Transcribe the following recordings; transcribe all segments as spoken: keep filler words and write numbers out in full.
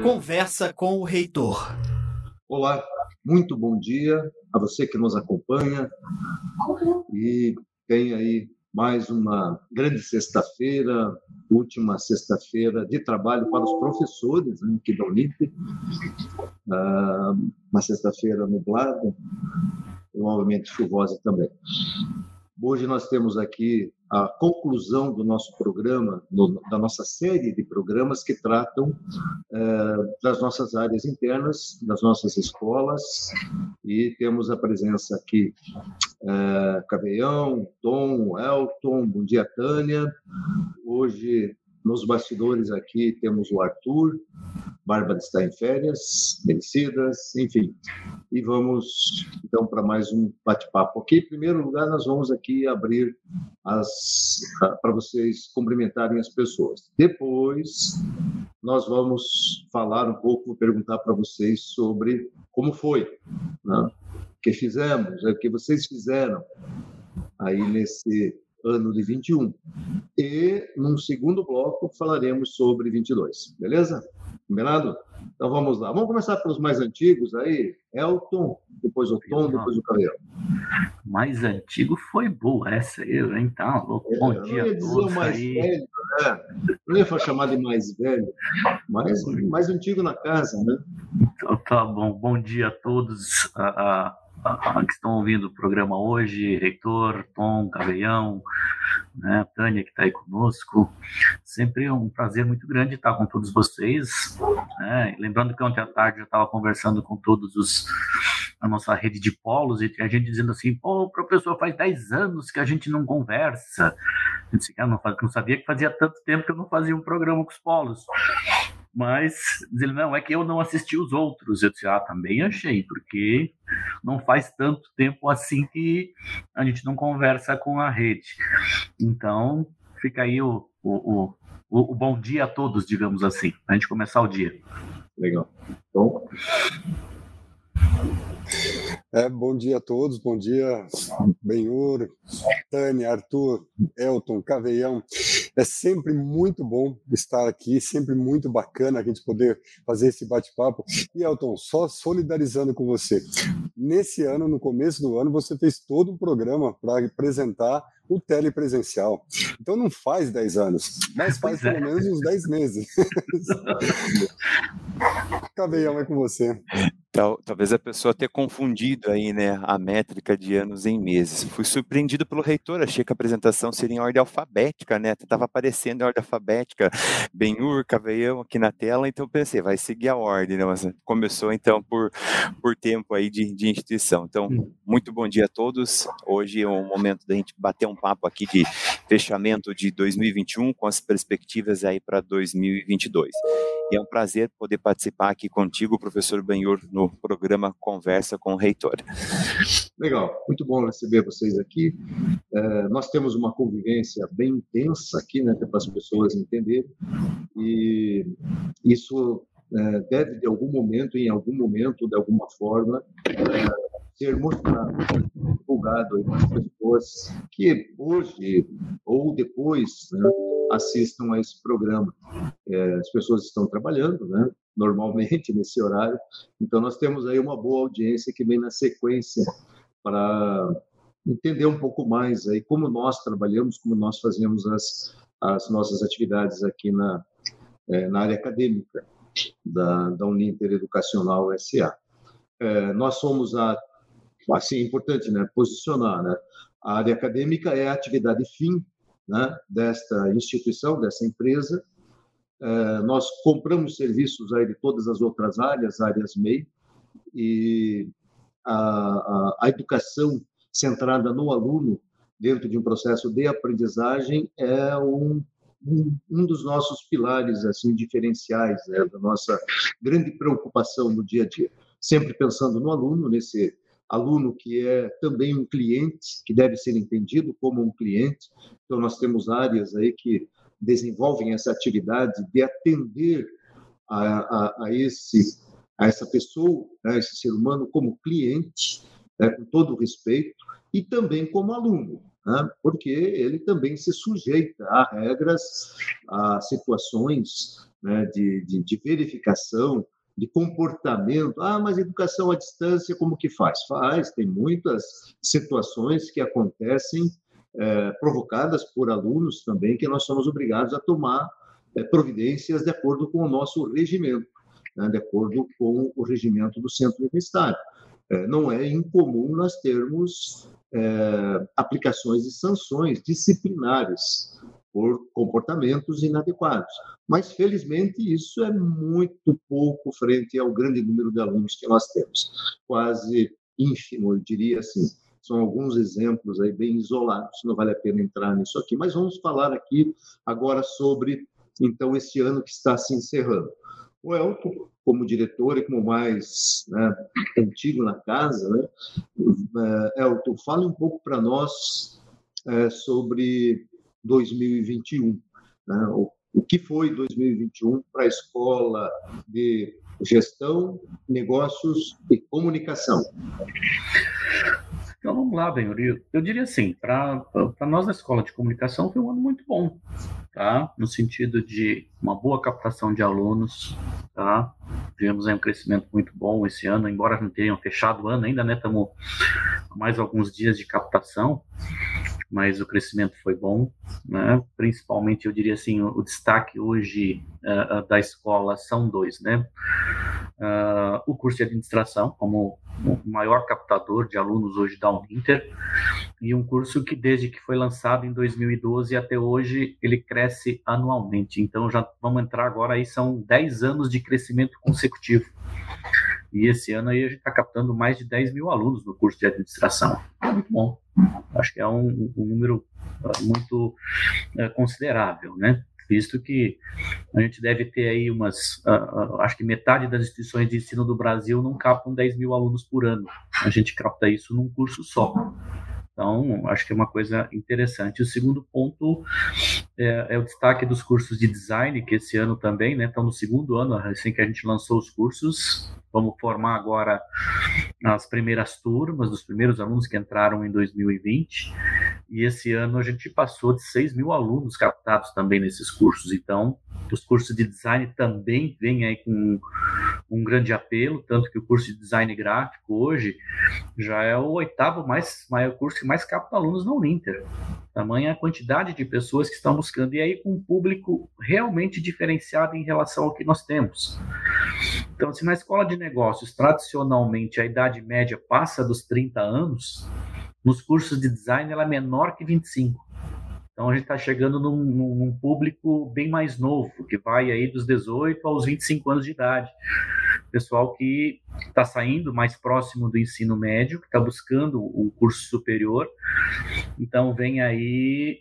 Conversa com o reitor. Olá, muito bom dia a você que nos acompanha e tem aí mais uma grande sexta-feira, última sexta-feira de trabalho para os professores, né, aqui da Unip, ah, uma sexta-feira nublada, provavelmente chuvosa também. Hoje nós temos aqui a conclusão do nosso programa, no, da nossa série de programas que tratam eh, das nossas áreas internas, das nossas escolas, e temos a presença aqui, eh, Caveião, Tom, Elton, bom dia, Tânia. Hoje, nos bastidores aqui, temos o Arthur, Bárbara está em férias, merecidas, enfim. E vamos, então, para mais um bate-papo aqui. Em primeiro lugar, nós vamos aqui abrir as para vocês cumprimentarem as pessoas. Depois, nós vamos falar um pouco, vou perguntar para vocês sobre como foi, né? O que fizemos, o que vocês fizeram aí nesse ano de vinte e um. E, num segundo bloco, falaremos sobre vinte e dois, beleza? Combinado? Então vamos lá. Vamos começar pelos mais antigos aí. Elton, depois o Tom, depois o Caveião. Mais antigo foi boa essa aí, então. Bom Eu dia não ia a dizer todos o mais aí. velho, né? Não ia chamar de mais velho, mas mais antigo na casa, né? Então, tá bom. Bom dia a todos a, a, a, a que estão ouvindo o programa hoje. Reitor, Tom, Caveião, né, a Tânia que está aí conosco. Sempre um prazer muito grande estar com todos vocês, né? Lembrando que ontem à tarde eu estava conversando com todos os a nossa rede de polos e a gente dizendo assim, pô, professor, faz dez anos que a gente não conversa. Eu disse, ah, não, não sabia que fazia tanto tempo que eu não fazia um programa com os polos. Mas ele, não, é que eu não assisti os outros. Eu disse, ah, também achei, porque não faz tanto tempo assim que a gente não conversa com a rede. Então, fica aí o, o, o, o bom dia a todos, digamos assim, para a gente começar o dia. Legal. Bom. É, bom dia a todos, bom dia, Benhur, Tânia, Arthur, Elton, Caveião. É sempre muito bom estar aqui, sempre muito bacana a gente poder fazer esse bate-papo. E, Elton, só solidarizando com você, nesse ano, no começo do ano, você fez todo um programa para apresentar o telepresencial. Então não faz dez anos, mas faz Pois pelo é. menos uns dez meses. Caveião, é com você. Tal, talvez a pessoa tenha confundido aí, né, a métrica de anos em meses. Fui surpreendido pelo reitor, achei que a apresentação seria em ordem alfabética, né? Estava aparecendo em ordem alfabética, Benhur, Caveião aqui na tela, então pensei, vai seguir a ordem, né? Mas começou então por, por tempo aí de, de instituição. Então, muito bom dia a todos. Hoje é o momento da gente bater um papo aqui de fechamento de dois mil e vinte e um com as perspectivas aí para dois mil e vinte e dois. E é um prazer poder participar aqui contigo, professor Benhur, no programa Conversa com o Reitor. Legal, muito bom receber vocês aqui. É, nós temos uma convivência bem intensa aqui, né, para as pessoas entenderem, e isso é, deve, de algum momento, em algum momento, de alguma forma, é, ser mostrado, divulgado aí para as pessoas que hoje ou depois, né, assistam a esse programa. É, as pessoas estão trabalhando, né, normalmente nesse horário, então nós temos aí uma boa audiência que vem na sequência para entender um pouco mais aí como nós trabalhamos, como nós fazemos as, as nossas atividades aqui na, é, na área acadêmica da, da Uninter Educacional S A. É, nós somos a, assim, é importante, né, posicionar, né, a área acadêmica é a atividade fim, né, desta instituição, dessa empresa. É, nós compramos serviços aí de todas as outras áreas, áreas M E I, e a, a, a educação centrada no aluno, dentro de um processo de aprendizagem, é um, um, um dos nossos pilares assim, diferenciais, né, da nossa grande preocupação no dia a dia. Sempre pensando no aluno, nesse aluno que é também um cliente, que deve ser entendido como um cliente. Então, nós temos áreas aí que desenvolvem essa atividade de atender a, a, a, esse, a essa pessoa, né, esse ser humano como cliente, né, com todo o respeito, e também como aluno, né? Porque ele também se sujeita a regras, a situações, né, de, de, de verificação, de comportamento. Ah, mas educação à distância, como que faz? Faz, tem muitas situações que acontecem é, provocadas por alunos também, que nós somos obrigados a tomar é, providências de acordo com o nosso regimento, né, de acordo com o regimento do centro universitário. É, não é incomum nós termos é, aplicações de sanções disciplinares por comportamentos inadequados. Mas, felizmente, isso é muito pouco frente ao grande número de alunos que nós temos. Quase ínfimo, eu diria assim. São alguns exemplos aí bem isolados, não vale a pena entrar nisso aqui. Mas vamos falar aqui agora sobre, então, esse ano que está se encerrando. O Elton, como diretor e como mais, né, antigo na casa, né? Elton, fale um pouco para nós é, sobre dois mil e vinte e um, né? o, o que foi dois mil e vinte e um para a Escola de Gestão, Negócios e Comunicação. Então, vamos lá, Benhur. Eu diria assim, para nós da Escola de Comunicação foi um ano muito bom, tá? No sentido de uma boa captação de alunos, tá? Tivemos aí um crescimento muito bom esse ano, embora não tenham fechado o ano ainda, né? Estamos mais alguns dias de captação, mas o crescimento foi bom, né? Principalmente, eu diria assim, o, o destaque hoje uh, da escola são dois, né? Uh, o curso de administração, como o maior captador de alunos hoje da Uninter, e um curso que desde que foi lançado em dois mil e doze até hoje, ele cresce anualmente. Então, já vamos entrar agora aí, são dez anos de crescimento consecutivo. E esse ano aí a gente está captando mais de dez mil alunos no curso de administração. É muito bom. Acho que é um, um número muito é, considerável, né? Visto que a gente deve ter aí umas, uh, uh, acho que metade das instituições de ensino do Brasil não captam dez mil alunos por ano. A gente capta isso num curso só. Então, acho que é uma coisa interessante. O segundo ponto é, é o destaque dos cursos de design, que esse ano também, né, estão no segundo ano, assim que a gente lançou os cursos. Vamos formar agora as primeiras turmas dos primeiros alunos que entraram em dois mil e vinte. E esse ano a gente passou de seis mil alunos captados também nesses cursos. Então, os cursos de design também vêm aí com um grande apelo, tanto que o curso de design gráfico hoje já é o oitavo mais, maior curso que mais capta alunos na Uninter. Tamanha a quantidade de pessoas que estão buscando, e aí com um público realmente diferenciado em relação ao que nós temos. Então, se na escola de negócios, tradicionalmente, a idade média passa dos trinta anos, nos cursos de design ela é menor que vinte e cinco. Então, a gente está chegando num, num público bem mais novo, que vai aí dos dezoito aos vinte e cinco anos de idade. Pessoal que está saindo mais próximo do ensino médio, que está buscando o curso superior. Então, vem aí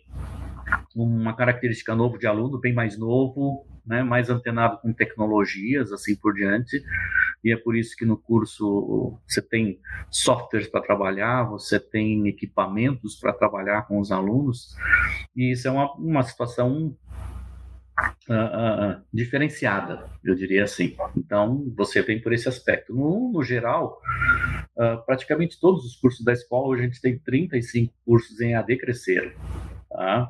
uma característica nova de aluno, bem mais novo, né, mais antenado com tecnologias, assim por diante. E é por isso que no curso você tem softwares para trabalhar, você tem equipamentos para trabalhar com os alunos, e isso é uma, uma situação uh, uh, diferenciada, eu diria assim. Então, você vem por esse aspecto. No, no geral, uh, praticamente todos os cursos da escola, hoje a gente tem trinta e cinco cursos em A D cresceram, tá?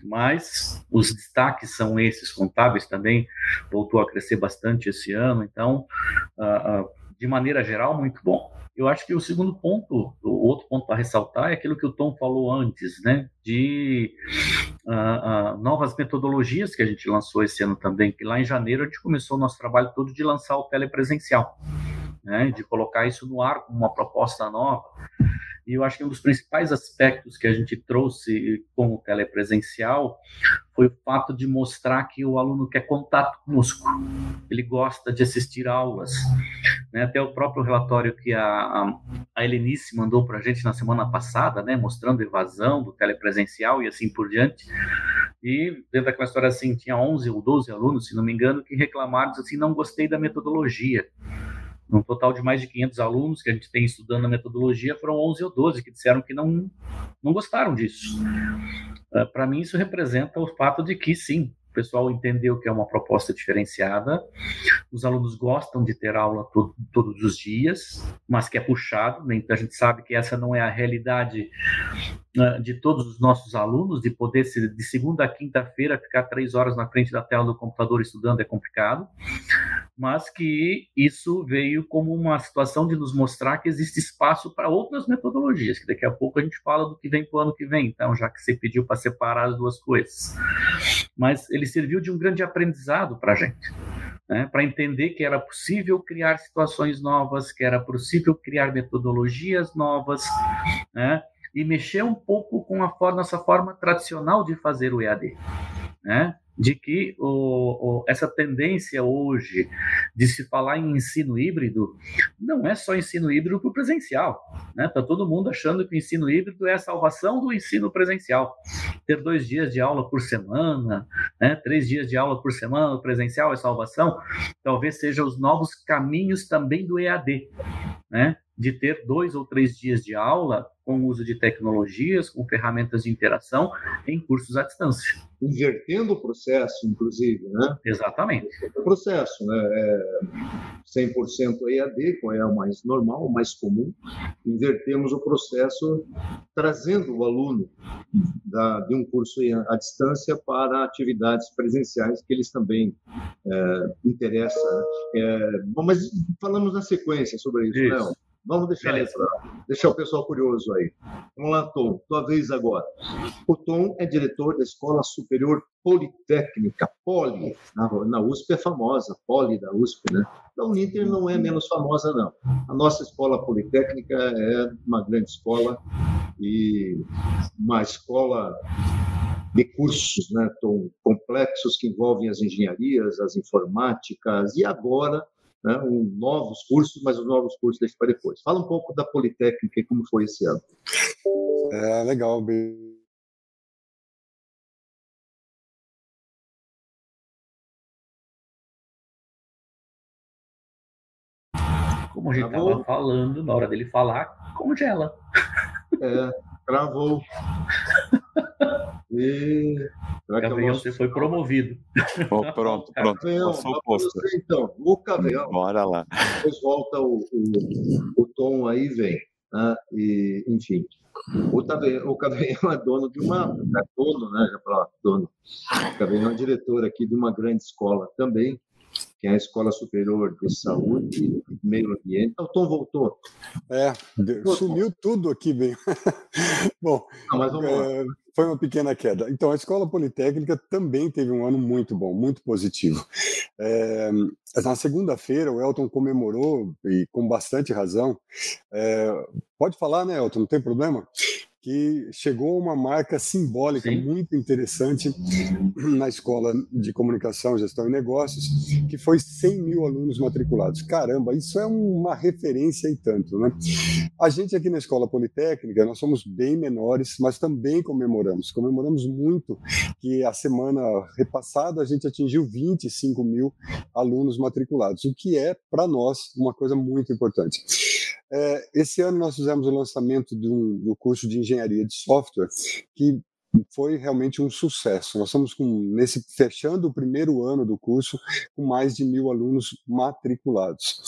Mas os destaques são esses. Contábeis também voltou a crescer bastante esse ano, então, uh, uh, de maneira geral, muito bom. Eu acho que o segundo ponto, o outro ponto para ressaltar é aquilo que o Tom falou antes, né, de uh, uh, novas metodologias que a gente lançou esse ano também, que lá em janeiro a gente começou o nosso trabalho todo de lançar o telepresencial, né, de colocar isso no ar como uma proposta nova. E eu acho que um dos principais aspectos que a gente trouxe com o telepresencial foi o fato de mostrar que o aluno quer contato conosco, ele gosta de assistir aulas, né? Até o próprio relatório que a, a, a Helenice mandou para a gente na semana passada, né? Mostrando a evasão do telepresencial e assim por diante. E dentro daquela história assim, tinha onze ou doze alunos, se não me engano, que reclamaram assim, não gostei da metodologia. Um total de mais de quinhentos alunos que a gente tem estudando a metodologia, foram onze ou doze que disseram que não, não gostaram disso. Uh, para mim, isso representa o fato de que, sim, o pessoal entendeu que é uma proposta diferenciada, os alunos gostam de ter aula to- todos os dias, mas que é puxado, né? Então a gente sabe que essa não é a realidade uh, de todos os nossos alunos, de poder ser de segunda a quinta-feira ficar três horas na frente da tela do computador estudando é complicado, mas que isso veio como uma situação de nos mostrar que existe espaço para outras metodologias, que daqui a pouco a gente fala do que vem para o ano que vem, então, já que você pediu para separar as duas coisas. Mas ele serviu de um grande aprendizado para a gente, né? Para entender que era possível criar situações novas, que era possível criar metodologias novas, né? E mexer um pouco com a forma, nossa forma tradicional de fazer o E A D, né? De que o, o, essa tendência hoje de se falar em ensino híbrido não é só ensino híbrido para o presencial, né? Tá todo mundo achando que o ensino híbrido é a salvação do ensino presencial. Ter dois dias de aula por semana, né? Três dias de aula por semana presencial é salvação. Talvez sejam os novos caminhos também do E A D, né? De ter dois ou três dias de aula com o uso de tecnologias, com ferramentas de interação em cursos à distância. Invertendo o processo, inclusive, né? Exatamente. O processo, né? É cem por cento E A D, que é o mais normal, o mais comum. Invertemos o processo trazendo o aluno da, de um curso à distância para atividades presenciais que eles também é, interessam. Né? É, bom, mas falamos na sequência sobre isso, isso. Né? Vamos deixar, aí pra, deixar o pessoal curioso aí. Vamos lá, Tom, tua vez agora. O Tom é diretor da Escola Superior Politécnica, Poli. Na, na U S P é famosa, Poli da U S P, né? A Uninter não é menos famosa, não. A nossa Escola Politécnica é uma grande escola e uma escola de cursos, né, Tom, complexos que envolvem as engenharias, as informáticas e agora... Né, um, novos cursos, mas os novos cursos deixa para depois. Fala um pouco da Politécnica e como foi esse ano. É, legal, bem... Como a gente estava falando, na hora dele falar, congela. É, travou. E... Gabriel, você foi promovido. Oh, pronto, pronto. Caveão, você, então, o Caveão. Bora lá. Depois volta o, o, o Tom aí, vem. Né? E, enfim. O Caveão, o Caveão é dono de uma... É dono, né? Já falar, dono. O Caveão é diretor aqui de uma grande escola também, que é a Escola Superior de Saúde e Meio Ambiente. O Tom voltou. É, sumiu tudo aqui, bem. Bom, Não, mas vamos lá. É, foi uma pequena queda. Então, a Escola Politécnica também teve um ano muito bom, muito positivo. É, na segunda-feira, o Elton comemorou, e com bastante razão, é, pode falar, né, Elton, não tem problema? Que chegou a uma marca simbólica Sim. muito interessante na Escola de Comunicação, Gestão e Negócios, que foi cem mil alunos matriculados. Caramba, isso é uma referência e tanto, né? A gente aqui na Escola Politécnica, nós somos bem menores, mas também comemoramos. Comemoramos muito que a semana repassada a gente atingiu vinte e cinco mil alunos matriculados, o que é, para nós, uma coisa muito importante. É, esse ano nós fizemos o lançamento de um, do curso de engenharia de software, que foi realmente um sucesso. Nós estamos com, nesse, fechando o primeiro ano do curso com mais de mil alunos matriculados.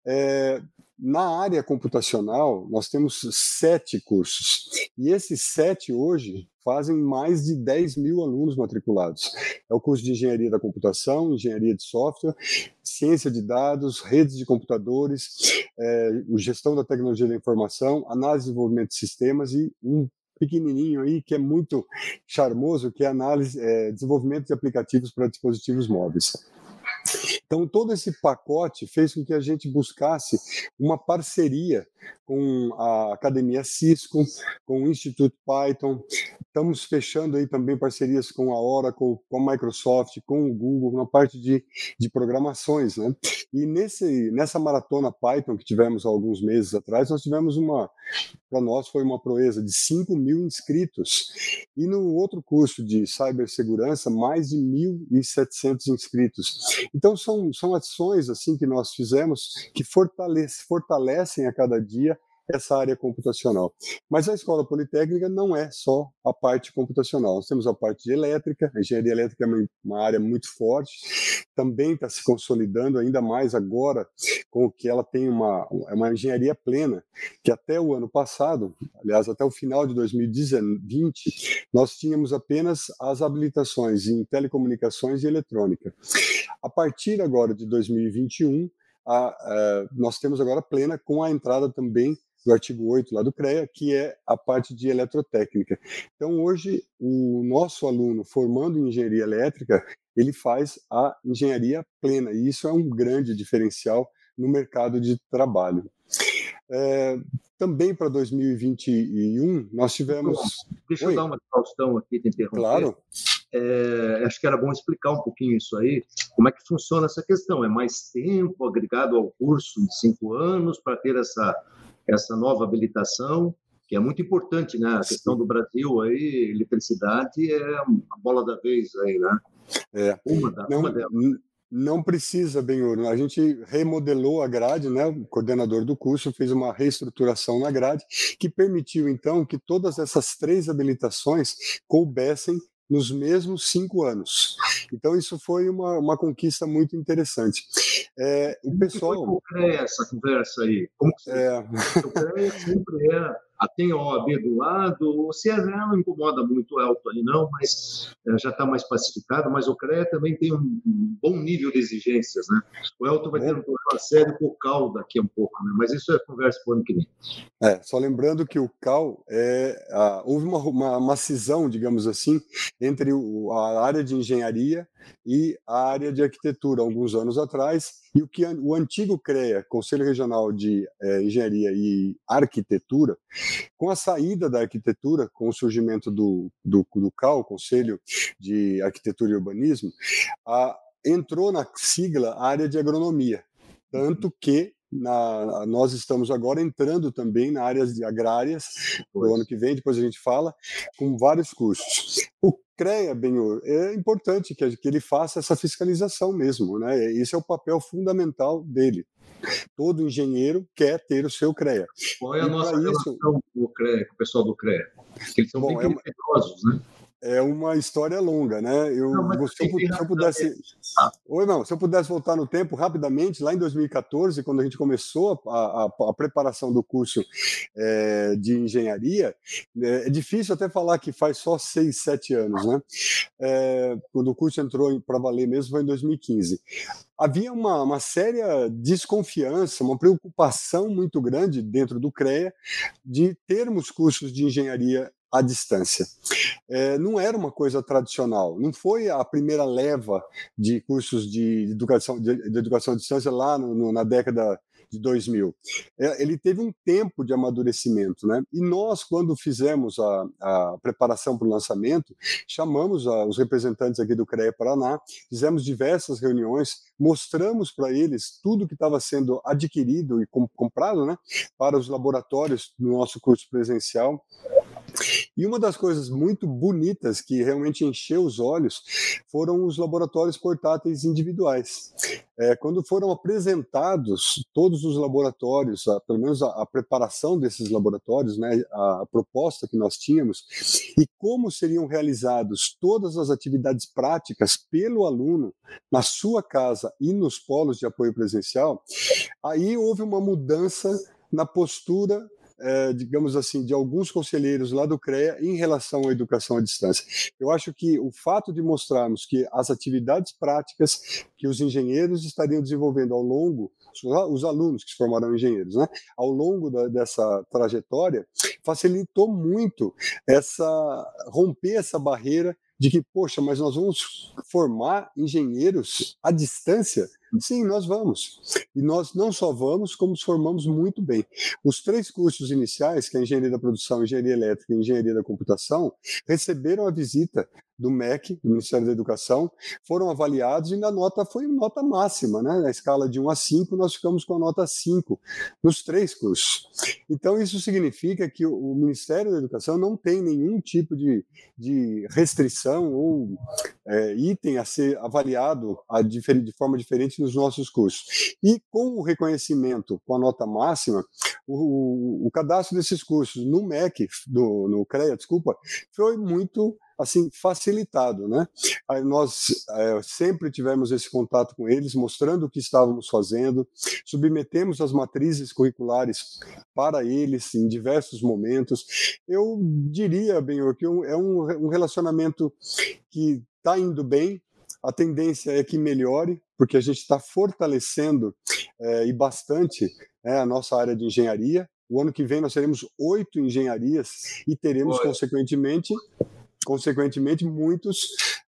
É, na área computacional, nós temos sete cursos, e esses sete hoje fazem mais de dez mil alunos matriculados. É o curso de Engenharia da Computação, Engenharia de Software, Ciência de Dados, Redes de Computadores, é, Gestão da Tecnologia da Informação, Análise e Desenvolvimento de Sistemas e um pequenininho aí que é muito charmoso, que é análise, é, desenvolvimento de aplicativos para dispositivos móveis. Então, todo esse pacote fez com que a gente buscasse uma parceria com a Academia Cisco, com o Instituto Python. Estamos fechando aí também parcerias com a Oracle, com a Microsoft, com o Google, na parte de, de programações, né? E nesse, nessa maratona Python que tivemos há alguns meses atrás, nós tivemos uma, para nós foi uma proeza de cinco mil inscritos. E no outro curso de cibersegurança, mais de mil e setecentos inscritos. Então, são, são ações assim que nós fizemos que fortalece, fortalecem a cada dia essa área computacional. Mas a Escola Politécnica não é só a parte computacional. Nós temos a parte de elétrica, a engenharia elétrica é uma área muito forte, também está se consolidando ainda mais agora, com o que ela tem uma, uma engenharia plena, que até o ano passado, aliás, até o final de dois mil e vinte, nós tínhamos apenas as habilitações em telecomunicações e eletrônica. A partir agora de dois mil e vinte e um, a, a, nós temos agora plena com a entrada também do artigo oito lá do CREA, que é a parte de eletrotécnica. Então, hoje, o nosso aluno formando em engenharia elétrica, ele faz a engenharia plena, e isso é um grande diferencial no mercado de trabalho. É, também para dois mil e vinte e um, nós tivemos... Deixa Oi? eu dar uma exaustão aqui, te interromper. Claro. É, acho que era bom explicar um pouquinho isso aí, como é que funciona essa questão. É mais tempo agregado ao curso de cinco anos para ter essa, essa nova habilitação, que é muito importante, né? A Sim. questão do Brasil aí, eletricidade é a bola da vez aí, né? É. Uma, da, não, uma delas. Não precisa, Benhur. A gente remodelou a grade, né? O coordenador do curso fez uma reestruturação na grade que permitiu, então, que todas essas três habilitações coubessem nos mesmos cinco anos. Então, isso foi uma, uma conquista muito interessante. É, o pessoal... Como que foi essa conversa aí? Como que você... é... O CREA sempre é... Tem a O A B do lado, o C R E não incomoda muito o Elton ali não, mas já está mais pacificado, mas o CREA também tem um bom nível de exigências, né? O Elton vai ter um problema sério com o C A L daqui a um pouco, né? Mas isso é conversa para o ano que vem. É, só lembrando que o C A L, é, a, houve uma, uma, uma cisão, digamos assim, entre o, a área de engenharia e a área de arquitetura, alguns anos atrás, e o que o antigo CREA, Conselho Regional de é, Engenharia e Arquitetura, com a saída da arquitetura, com o surgimento do, do, do C A L, Conselho de Arquitetura e Urbanismo, a, entrou na sigla a área de agronomia, tanto que Na, nós estamos agora entrando também na área de agrárias do ano que vem, depois a gente fala, com vários cursos. O CREA, Benhur, é importante que, que ele faça essa fiscalização mesmo, né? Esse é o papel fundamental dele. Todo engenheiro quer ter o seu CREA. Qual é a e nossa relação isso... com o CREA, com o pessoal do CREA? Eles são Bom, bem perigosos, é uma... né? É uma história longa, né? Eu, não, se, eu, se eu pudesse, ah. Oi, não, se eu pudesse voltar no tempo rapidamente, lá em dois mil e quatorze, quando a gente começou a, a, a preparação do curso é, de engenharia, é, é difícil até falar que faz só seis, sete anos, né? É, quando o curso entrou para valer mesmo foi em dois mil e quinze. Havia uma, uma séria desconfiança, uma preocupação muito grande dentro do CREA de termos cursos de engenharia à distância. É, não era uma coisa tradicional, não foi a primeira leva de cursos de educação, de, de educação à distância lá no, no, na década de dois mil. É, ele teve um tempo de amadurecimento, né? E nós, quando fizemos a, a preparação para o lançamento, chamamos a, os representantes aqui do CREA Paraná, fizemos diversas reuniões, mostramos para eles tudo que estava sendo adquirido e com, comprado, né, para os laboratórios do nosso curso presencial. E uma das coisas muito bonitas que realmente encheu os olhos foram os laboratórios portáteis individuais. É, quando foram apresentados todos os laboratórios, a, pelo menos a, a preparação desses laboratórios, né, a, a proposta que nós tínhamos, e como seriam realizados todas as atividades práticas pelo aluno na sua casa e nos polos de apoio presencial, aí houve uma mudança na postura, É, digamos assim, de alguns conselheiros lá do CREA em relação à educação à distância. Eu acho que o fato de mostrarmos que as atividades práticas que os engenheiros estariam desenvolvendo ao longo, os alunos que se formaram engenheiros, né, ao longo da, dessa trajetória, facilitou muito essa, romper essa barreira de que, poxa, mas nós vamos formar engenheiros à distância? Sim, nós vamos. E nós não só vamos, como nos formamos muito bem. Os três cursos iniciais, que é a Engenharia da Produção, Engenharia Elétrica e Engenharia da Computação, receberam a visita do M E C, do Ministério da Educação, foram avaliados e a nota foi nota máxima, né? Na escala de um a cinco, nós ficamos com a nota cinco nos três cursos. Então, isso significa que o Ministério da Educação não tem nenhum tipo de, de restrição ou é, item a ser avaliado a, de forma diferente nos nossos cursos. E com o reconhecimento com a nota máxima, o, o cadastro desses cursos no M E C, do, no CREA, desculpa, foi muito assim facilitado, né? Aí nós é, sempre tivemos esse contato com eles, mostrando o que estávamos fazendo, submetemos as matrizes curriculares para eles em diversos momentos. Eu diria, Benhor, que é um, um relacionamento que está indo bem. A tendência é que melhore, porque a gente está fortalecendo é, e bastante é, a nossa área de engenharia. O ano que vem nós teremos oito engenharias e teremos, Oi. consequentemente, consequentemente muitos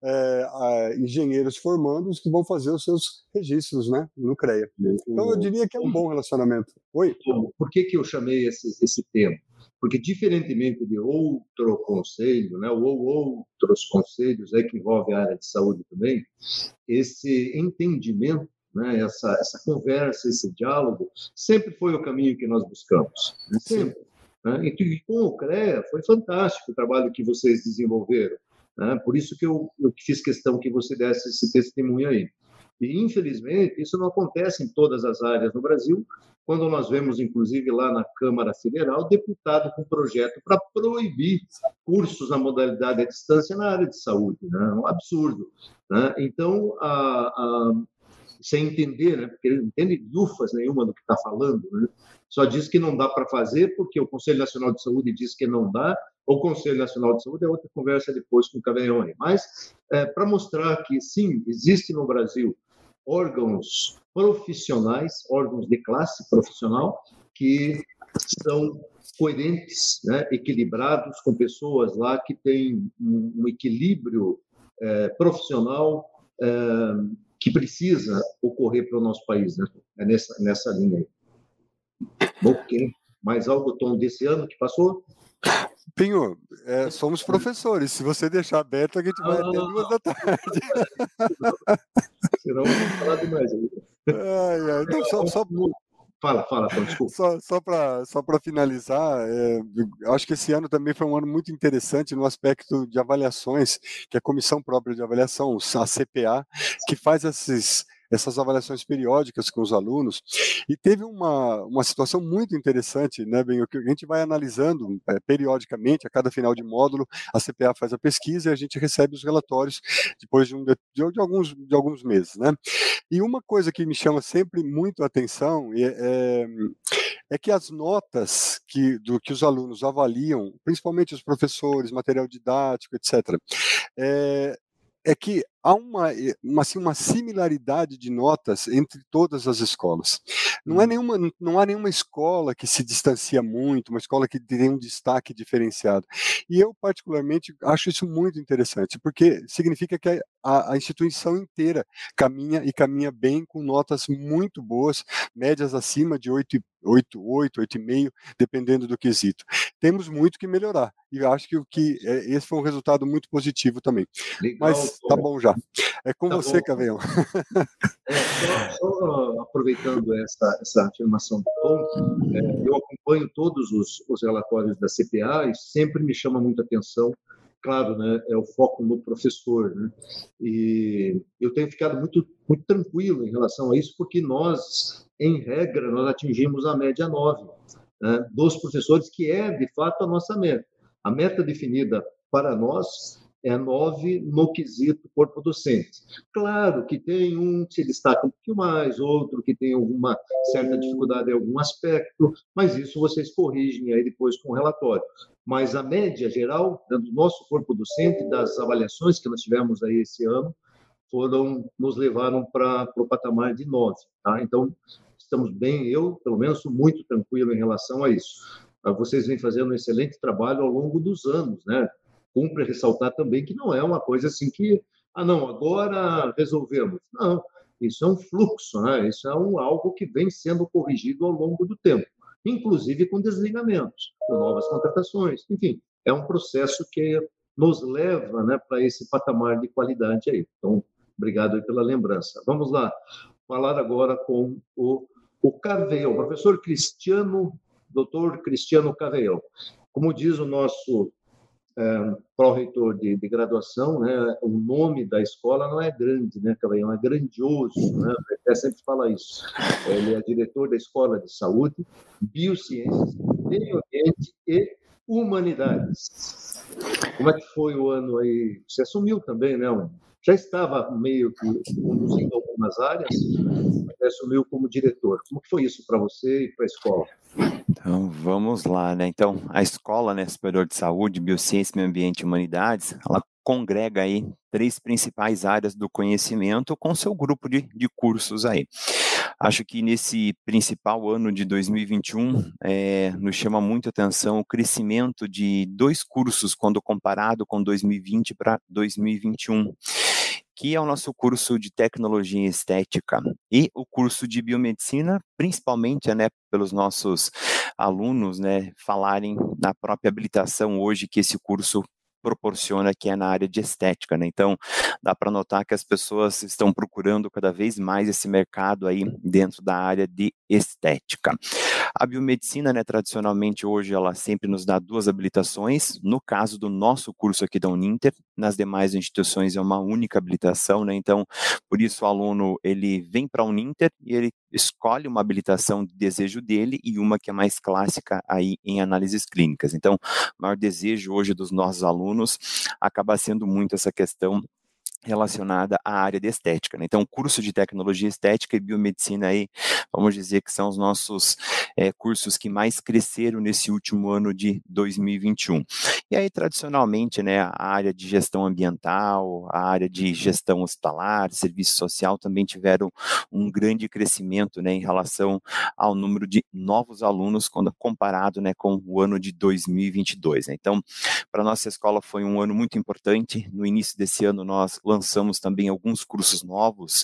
é, engenheiros formandos que vão fazer os seus registros, né, no CREA. Então, eu diria que é um bom relacionamento. Oi? Por que, que eu chamei esse, esse tema? Porque, diferentemente de outro conselho, né, ou outros conselhos aí que envolvem a área de saúde também, esse entendimento, né, essa, essa conversa, esse diálogo, sempre foi o caminho que nós buscamos. Né? Sempre. Né? E com o CREA foi fantástico o trabalho que vocês desenvolveram. Né? Por isso que eu, eu fiz questão que você desse esse testemunho aí. E, infelizmente, isso não acontece em todas as áreas no Brasil, quando nós vemos, inclusive, lá na Câmara Federal, deputado com projeto para proibir cursos na modalidade à distância na área de saúde. Né? Um absurdo. Né? Então, a, a, sem entender, né? Porque ele não entende lufas nenhuma do que está falando, né? Só diz que não dá para fazer porque o Conselho Nacional de Saúde diz que não dá, ou o Conselho Nacional de Saúde é outra conversa depois com o Caveião. Mas, é, para mostrar que, sim, existe no Brasil órgãos profissionais, órgãos de classe profissional, que são coerentes, né, equilibrados, com pessoas lá que têm um, um equilíbrio é, profissional é, que precisa ocorrer para o nosso país, né? É nessa, nessa linha aí. Ok. Mais algo, Tom, desse ano que passou? Pinho, é, somos professores. Se você deixar aberto, a gente vai ah, até duas da tarde. Senão vamos falar demais. Ai, ai. Não, só, só... Fala, fala, Tom, desculpa. Só, só para só para finalizar, é, eu acho que esse ano também foi um ano muito interessante no aspecto de avaliações, que a Comissão Própria de Avaliação, a C P A, que faz esses... essas avaliações periódicas com os alunos, e teve uma, uma situação muito interessante, né, bem, que a gente vai analisando é, periodicamente, a cada final de módulo, a C P A faz a pesquisa e a gente recebe os relatórios depois de, um, de, de, alguns, de alguns meses, né, e uma coisa que me chama sempre muito a atenção é, é, é que as notas que, do que os alunos avaliam, principalmente os professores, material didático, etcétera, é, é que há uma, uma, assim, uma similaridade de notas entre todas as escolas. Não, é nenhuma, não há nenhuma escola que se distancia muito, uma escola que tem um destaque diferenciado. E eu, particularmente, acho isso muito interessante, porque significa que a, a instituição inteira caminha e caminha bem, com notas muito boas, médias acima de oito, oito, oito, oito vírgula cinco, dependendo do quesito. Temos muito que melhorar, e acho que, que esse foi um resultado muito positivo também. Legal, mas tá bom já. É com tá você, Caveião. É, só, só aproveitando essa, essa afirmação do Tom, é, eu acompanho todos os, os relatórios da C P A e sempre me chama muita atenção, claro, né, é o foco no professor, né, e eu tenho ficado muito, muito tranquilo em relação a isso, porque nós, em regra, nós atingimos a média nove, né, dos professores, que é, de fato, a nossa meta. A meta definida para nós é nove no quesito corpo docente. Claro que tem um que se destaca um pouquinho mais, outro que tem alguma certa dificuldade em algum aspecto, mas isso vocês corrigem aí depois com o relatório. Mas a média geral do nosso corpo docente, das avaliações que nós tivemos aí esse ano, foram, nos levaram para o patamar de nove. Tá? Então, estamos bem, eu, pelo menos, sou muito tranquilo em relação a isso. Vocês vêm fazendo um excelente trabalho ao longo dos anos, né? Cumpre ressaltar também que não é uma coisa assim que, ah, não, agora resolvemos. Não, isso é um fluxo, né? Isso é um, algo que vem sendo corrigido ao longo do tempo, inclusive com desligamentos, com novas contratações. Enfim, é um processo que nos leva, né, para esse patamar de qualidade aí. Então, obrigado aí pela lembrança. Vamos lá, falar agora com o, o Caveião, professor Cristiano, doutor Cristiano Caveião. Como diz o nosso é, pró-reitor de, de graduação, né, o nome da escola não é grande, né, Caveião, é grandioso, né, até sempre fala isso. Ele é diretor da Escola de Saúde, Biociências, Meio Ambiente e Humanidades. Como é que foi o ano aí? Você assumiu também, né? Um, já estava meio que conduzindo algumas áreas, mas assumiu como diretor. Como que foi isso para você e para a escola? Então, vamos lá, né? Então, a Escola, né, Superior de Saúde, Biociência, Meio Ambiente e Humanidades, ela congrega aí três principais áreas do conhecimento com seu grupo de, de cursos aí. Acho que nesse principal ano de dois mil e vinte e um, é, nos chama muito a atenção o crescimento de dois cursos quando comparado com dois mil e vinte para dois mil e vinte e um, que é o nosso curso de Tecnologia e Estética e o curso de Biomedicina, principalmente, né, pelos nossos alunos, né, falarem na própria habilitação hoje que esse curso proporciona, que é na área de estética, né? Então, dá para notar que as pessoas estão procurando cada vez mais esse mercado aí dentro da área de estética. A biomedicina, né, tradicionalmente hoje, ela sempre nos dá duas habilitações. No caso do nosso curso aqui da Uninter, nas demais instituições é uma única habilitação, né? Então, por isso o aluno, ele vem para a Uninter e ele escolhe uma habilitação de desejo dele e uma que é mais clássica aí em análises clínicas. Então, o maior desejo hoje dos nossos alunos acaba sendo muito essa questão relacionada à área de estética, né? Então, curso de tecnologia estética e biomedicina aí, vamos dizer que são os nossos é, cursos que mais cresceram nesse último ano de dois mil e vinte e um. E aí, tradicionalmente, né, a área de gestão ambiental, a área de gestão hospitalar, serviço social também tiveram um grande crescimento, né, em relação ao número de novos alunos quando comparado, né, com o ano de dois mil e vinte e dois, né? Então, para a nossa escola foi um ano muito importante. No início desse ano nós lançamos também alguns cursos novos,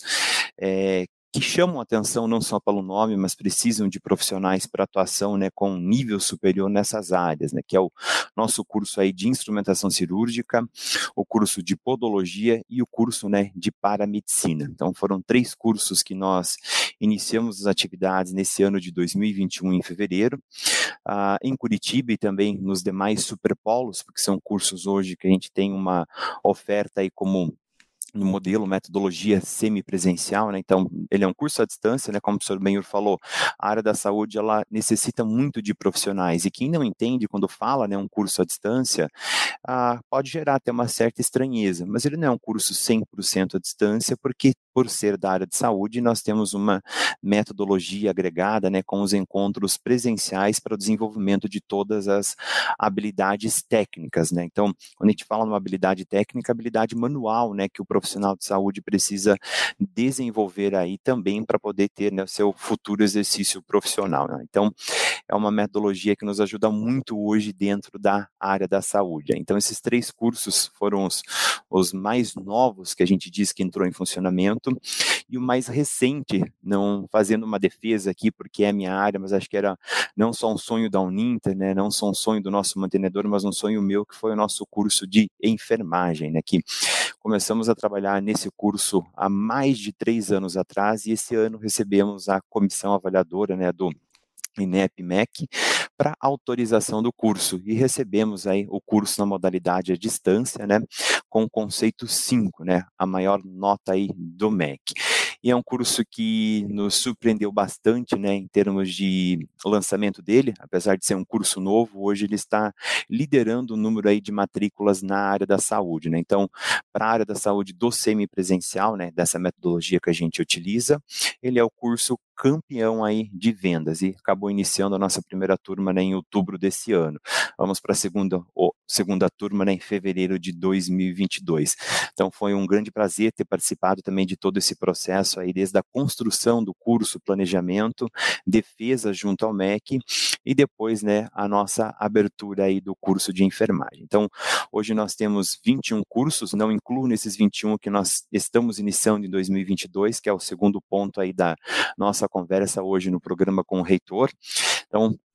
é, que chamam a atenção não só pelo nome, mas precisam de profissionais para atuação, né, com um nível superior nessas áreas, né, que é o nosso curso aí de instrumentação cirúrgica, o curso de podologia e o curso, né, de paramedicina. Então foram três cursos que nós iniciamos as atividades nesse ano de dois mil e vinte e um em fevereiro, ah, em Curitiba e também nos demais superpolos, porque são cursos hoje que a gente tem uma oferta aí como no modelo, metodologia semipresencial, né? Então, ele é um curso à distância, né? Como o professor Benhur falou, a área da saúde, ela necessita muito de profissionais, e quem não entende quando fala, né, um curso à distância, ah, pode gerar até uma certa estranheza, mas ele não é um curso cem por cento à distância, porque por ser da área de saúde, nós temos uma metodologia agregada, né, com os encontros presenciais para o desenvolvimento de todas as habilidades técnicas, né? Então, quando a gente fala numa habilidade técnica, habilidade manual, né, que o profissional de saúde precisa desenvolver aí também para poder ter, né, o seu futuro exercício profissional, né? Então, é uma metodologia que nos ajuda muito hoje dentro da área da saúde. Então, esses três cursos foram os, os mais novos que a gente diz que entrou em funcionamento, e o mais recente, não fazendo uma defesa aqui, porque é a minha área, mas acho que era não só um sonho da Uninter, né, não só um sonho do nosso mantenedor, mas um sonho meu, que foi o nosso curso de enfermagem, né, que começamos a trabalhar nesse curso há mais de três anos atrás, e esse ano recebemos a comissão avaliadora, né, do INEP-MEC, para autorização do curso, e recebemos aí o curso na modalidade à distância, né, com o conceito cinco, né, a maior nota aí do M E C. E é um curso que nos surpreendeu bastante, né, em termos de lançamento dele, apesar de ser um curso novo, hoje ele está liderando o número aí de matrículas na área da saúde, né. Então, para a área da saúde do semipresencial, né, dessa metodologia que a gente utiliza, ele é o curso campeão aí de vendas, e acabou iniciando a nossa primeira turma, né, em outubro desse ano. Vamos para a segunda, oh, segunda turma, né, em fevereiro de dois mil e vinte e dois. Então foi um grande prazer ter participado também de todo esse processo aí, desde a construção do curso, planejamento, defesa junto ao M E C, e depois, né, a nossa abertura aí do curso de enfermagem. Então, hoje nós temos vinte e um cursos, não incluo nesses vinte e um que nós estamos iniciando em dois mil e vinte e dois, que é o segundo ponto aí da nossa conversa hoje no programa com o reitor. Então,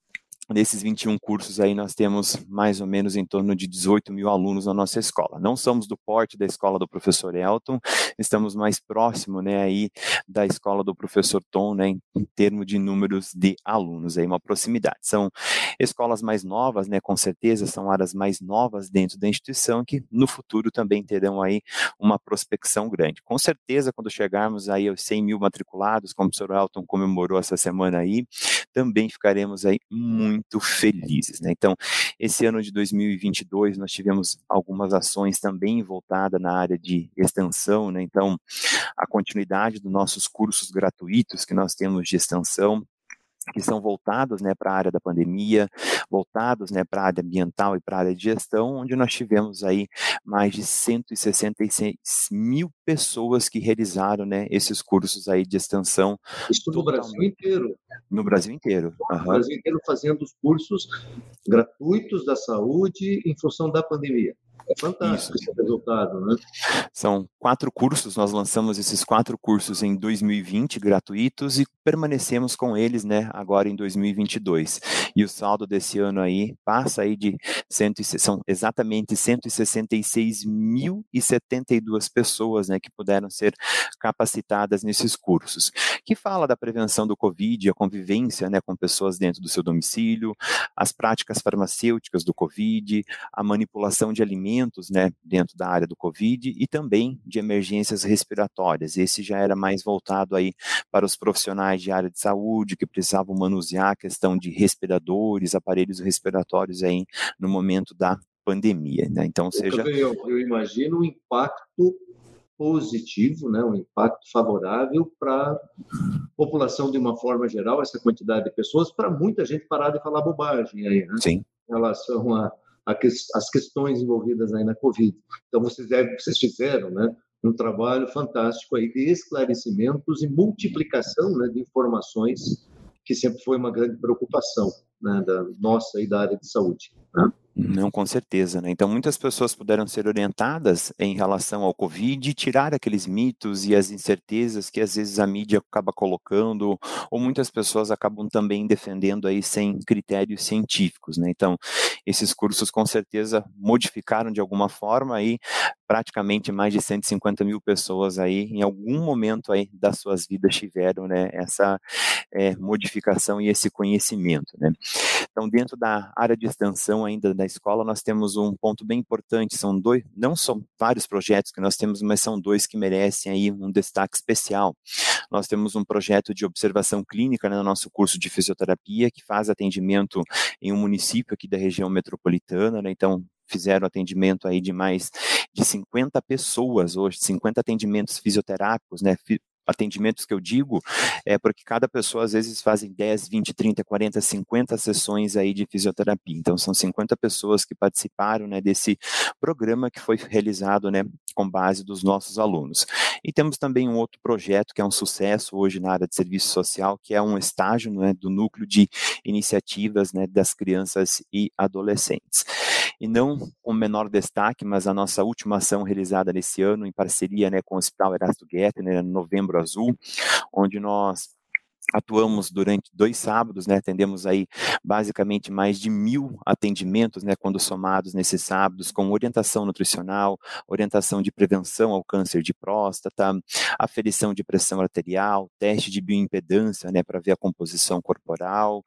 Nesses vinte e um cursos aí nós temos mais ou menos em torno de dezoito mil alunos na nossa escola. Não somos do porte da escola do professor Elton, estamos mais próximo, né, aí da escola do professor Tom, né, em, em termos de números de alunos, aí uma proximidade. São escolas mais novas, né, com certeza, são áreas mais novas dentro da instituição que no futuro também terão aí uma prospecção grande. Com certeza, quando chegarmos aí aos cem mil matriculados, como o professor Elton comemorou essa semana aí, também ficaremos aí muito muito felizes, né? Então, esse ano de dois mil e vinte e dois nós tivemos algumas ações também voltadas na área de extensão, né? Então, a continuidade dos nossos cursos gratuitos que nós temos de extensão, que são voltados, né, para a área da pandemia, voltados, né, para a área ambiental e para a área de gestão, onde nós tivemos aí mais de cento e sessenta e seis mil pessoas que realizaram, né, esses cursos aí de extensão. Isso no Brasil inteiro. No Brasil inteiro. Uhum. No Brasil inteiro fazendo os cursos gratuitos da saúde em função da pandemia. É fantástico Isso. esse resultado, né? São quatro cursos, nós lançamos esses quatro cursos em dois mil e vinte, gratuitos, e permanecemos com eles, né, agora em dois mil e vinte e dois. E o saldo desse ano aí passa aí de, cento, são exatamente cento e sessenta e seis mil e setenta e duas pessoas, né, que puderam ser capacitadas nesses cursos, que fala da prevenção do Covid, a convivência, né, com pessoas dentro do seu domicílio, as práticas farmacêuticas do Covid, a manipulação de alimentos, né, dentro da área do Covid e também de emergências respiratórias. Esse já era mais voltado aí para os profissionais de área de saúde que precisavam manusear a questão de respiradores, aparelhos respiratórios aí no momento da pandemia, né? Então, seja... Eu, eu imagino um impacto positivo, né, um impacto favorável para a população de uma forma geral, essa quantidade de pessoas, para muita gente parar de falar bobagem aí, né? Sim. Em relação a as questões envolvidas aí na Covid. Então, vocês, devem, vocês fizeram, né, um trabalho fantástico aí de esclarecimentos e multiplicação, né, de informações, que sempre foi uma grande preocupação, né, da nossa e da área de saúde, né? Não, com certeza, né? Então, muitas pessoas puderam ser orientadas em relação ao Covid e tirar aqueles mitos e as incertezas que às vezes a mídia acaba colocando, ou muitas pessoas acabam também defendendo aí sem critérios científicos, né? Então, esses cursos com certeza modificaram de alguma forma aí praticamente mais de cento e cinquenta mil pessoas aí em algum momento aí das suas vidas tiveram, né, essa é, modificação e esse conhecimento, né? Então, dentro da área de extensão ainda da escola, nós temos um ponto bem importante, são dois, não são vários projetos que nós temos, mas são dois que merecem aí um destaque especial. Nós temos um projeto de observação clínica, né, no nosso curso de fisioterapia, que faz atendimento em um município aqui da região metropolitana, né? Então, fizeram atendimento aí de mais de cinquenta pessoas hoje, cinquenta atendimentos fisioterápicos, né, atendimentos que eu digo, é porque cada pessoa às vezes fazem dez, vinte, trinta, quarenta, cinquenta sessões aí de fisioterapia. Então são cinquenta pessoas que participaram, né, desse programa que foi realizado, né, com base dos nossos alunos. E temos também um outro projeto que é um sucesso hoje na área de serviço social, que é um estágio, né, do núcleo de iniciativas, né, das crianças e adolescentes. E não com menor destaque, mas a nossa última ação realizada nesse ano, em parceria, né, com o Hospital Erasto Gettner, no Novembro Azul, onde nós atuamos durante dois sábados, né, atendemos aí basicamente mais de mil atendimentos, né, quando somados nesses sábados, com orientação nutricional, orientação de prevenção ao câncer de próstata, aferição de pressão arterial, teste de bioimpedância, né, para ver a composição corporal,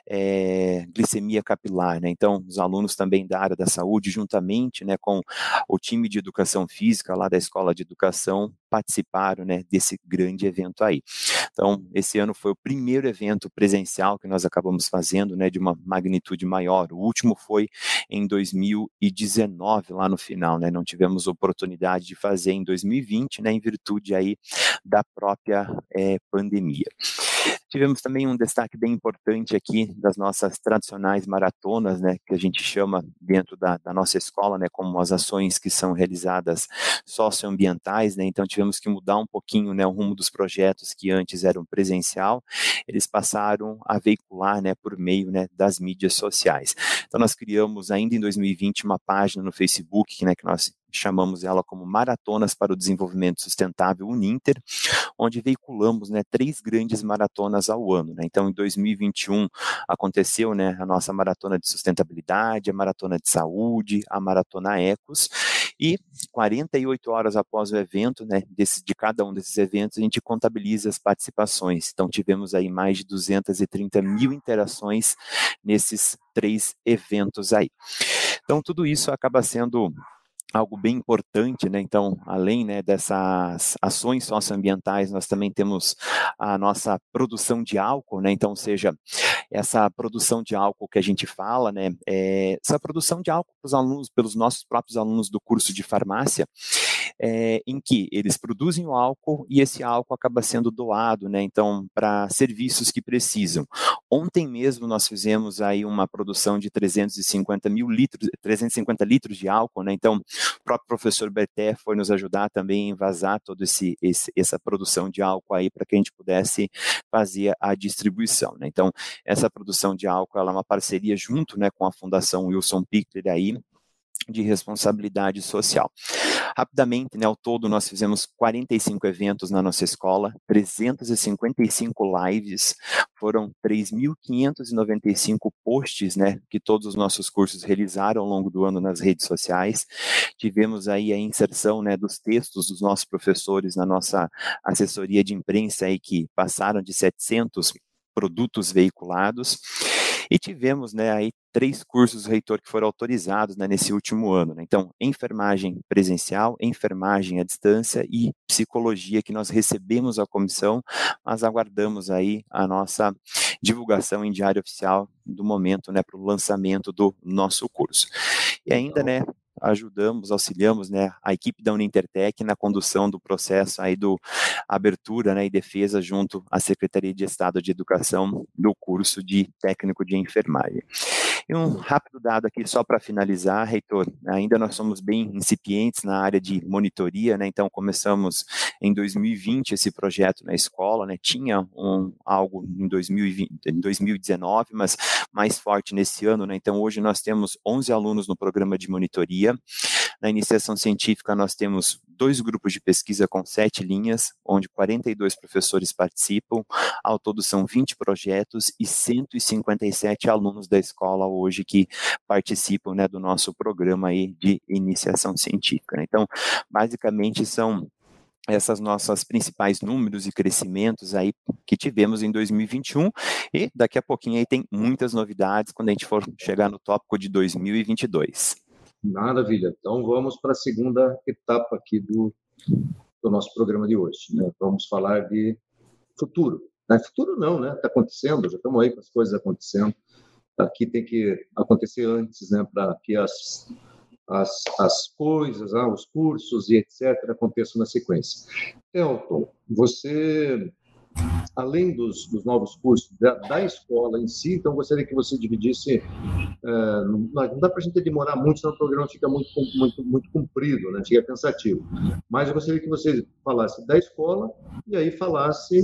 é, glicemia capilar, né. Então, os alunos também da área da saúde, juntamente, né, com o time de educação física lá da Escola de Educação, participaram, né, desse grande evento aí. Então, esse ano foi o primeiro evento presencial que nós acabamos fazendo, né, de uma magnitude maior. O último foi em dois mil e dezenove, lá no final, né, não tivemos oportunidade de fazer em dois mil e vinte, né, em virtude aí da própria é, pandemia. Tivemos também um destaque bem importante aqui das nossas tradicionais maratonas, né, que a gente chama dentro da, da nossa escola, né, como as ações que são realizadas socioambientais, né, então tivemos que mudar um pouquinho, né, o rumo dos projetos que antes eram presencial, eles passaram a veicular, né, por meio, né, das mídias sociais. Então nós criamos ainda em dois mil e vinte uma página no Facebook, né, que nós chamamos ela como Maratonas para o Desenvolvimento Sustentável Uninter, onde veiculamos, né, três grandes maratonas ao ano, né? Então, em dois mil e vinte e um aconteceu, né, a nossa Maratona de Sustentabilidade, a Maratona de Saúde, a Maratona Ecos, e quarenta e oito horas após o evento, né, desse, de cada um desses eventos, a gente contabiliza as participações. Então, tivemos aí mais de duzentas e trinta mil interações nesses três eventos aí. Então, tudo isso acaba sendo algo bem importante, né? Então, além, né, dessas ações socioambientais, nós também temos a nossa produção de álcool, né? Então, seja essa produção de álcool que a gente fala, né? É, essa produção de álcool para os alunos, pelos nossos próprios alunos do curso de farmácia, é, em que eles produzem o álcool e esse álcool acaba sendo doado, né? Então, para serviços que precisam. Ontem mesmo nós fizemos aí uma produção de trezentos e cinquenta mil litros, trezentos e cinquenta litros de álcool, né? Então, o próprio professor Berté foi nos ajudar também a envasar toda esse, esse, essa produção de álcool aí para que a gente pudesse fazer a distribuição, né? Então, essa produção de álcool ela é uma parceria junto, né, com a Fundação Wilson Pickler aí, de responsabilidade social. Rapidamente, né, ao todo nós fizemos quarenta e cinco eventos na nossa escola, trezentos e cinquenta e cinco lives, foram três mil quinhentos e noventa e cinco posts, né, que todos os nossos cursos realizaram ao longo do ano nas redes sociais. Tivemos aí a inserção, né, dos textos dos nossos professores na nossa assessoria de imprensa aí, que passaram de setecentos produtos veiculados. E tivemos, né, aí três cursos, reitor, que foram autorizados, né, nesse último ano, né? Então, enfermagem presencial, enfermagem à distância e psicologia, que nós recebemos a comissão, mas aguardamos aí a nossa divulgação em diário oficial do momento, né, para o lançamento do nosso curso. E ainda, né, ajudamos, auxiliamos, né, a equipe da Unintertec na condução do processo aí do abertura, né, e defesa junto à Secretaria de Estado de Educação do curso de técnico de enfermagem. E um rápido dado aqui só para finalizar, reitor, ainda nós somos bem incipientes na área de monitoria, né, então começamos em dois mil e vinte esse projeto na escola, né, tinha um, algo em, dois mil e vinte, em dois mil e dezenove, mas mais forte nesse ano, né, então hoje nós temos onze alunos no programa de monitoria. Na iniciação científica nós temos dois grupos de pesquisa com sete linhas, onde quarenta e dois professores participam, ao todo são vinte projetos e cento e cinquenta e sete alunos da escola hoje que participam, né, do nosso programa aí de iniciação científica. Então, basicamente são essas nossas principais números e crescimentos aí que tivemos em dois mil e vinte e um, e daqui a pouquinho aí tem muitas novidades quando a gente for chegar no tópico de dois mil e vinte e dois. Maravilha. Então, vamos para a segunda etapa aqui do, do nosso programa de hoje, né? Vamos falar de futuro. Não é futuro não, né? Está acontecendo, já estamos aí com as coisas acontecendo. Aqui tem que acontecer antes, né? Para que as, as, as coisas, ah, os cursos e etcétera aconteçam na sequência. Elton, você, além dos, dos novos cursos da, da escola em si, então gostaria que você dividisse, é, não, não dá para a gente demorar muito, senão o programa fica muito, muito, muito comprido, né? Fica cansativo, mas eu gostaria que você falasse da escola e aí falasse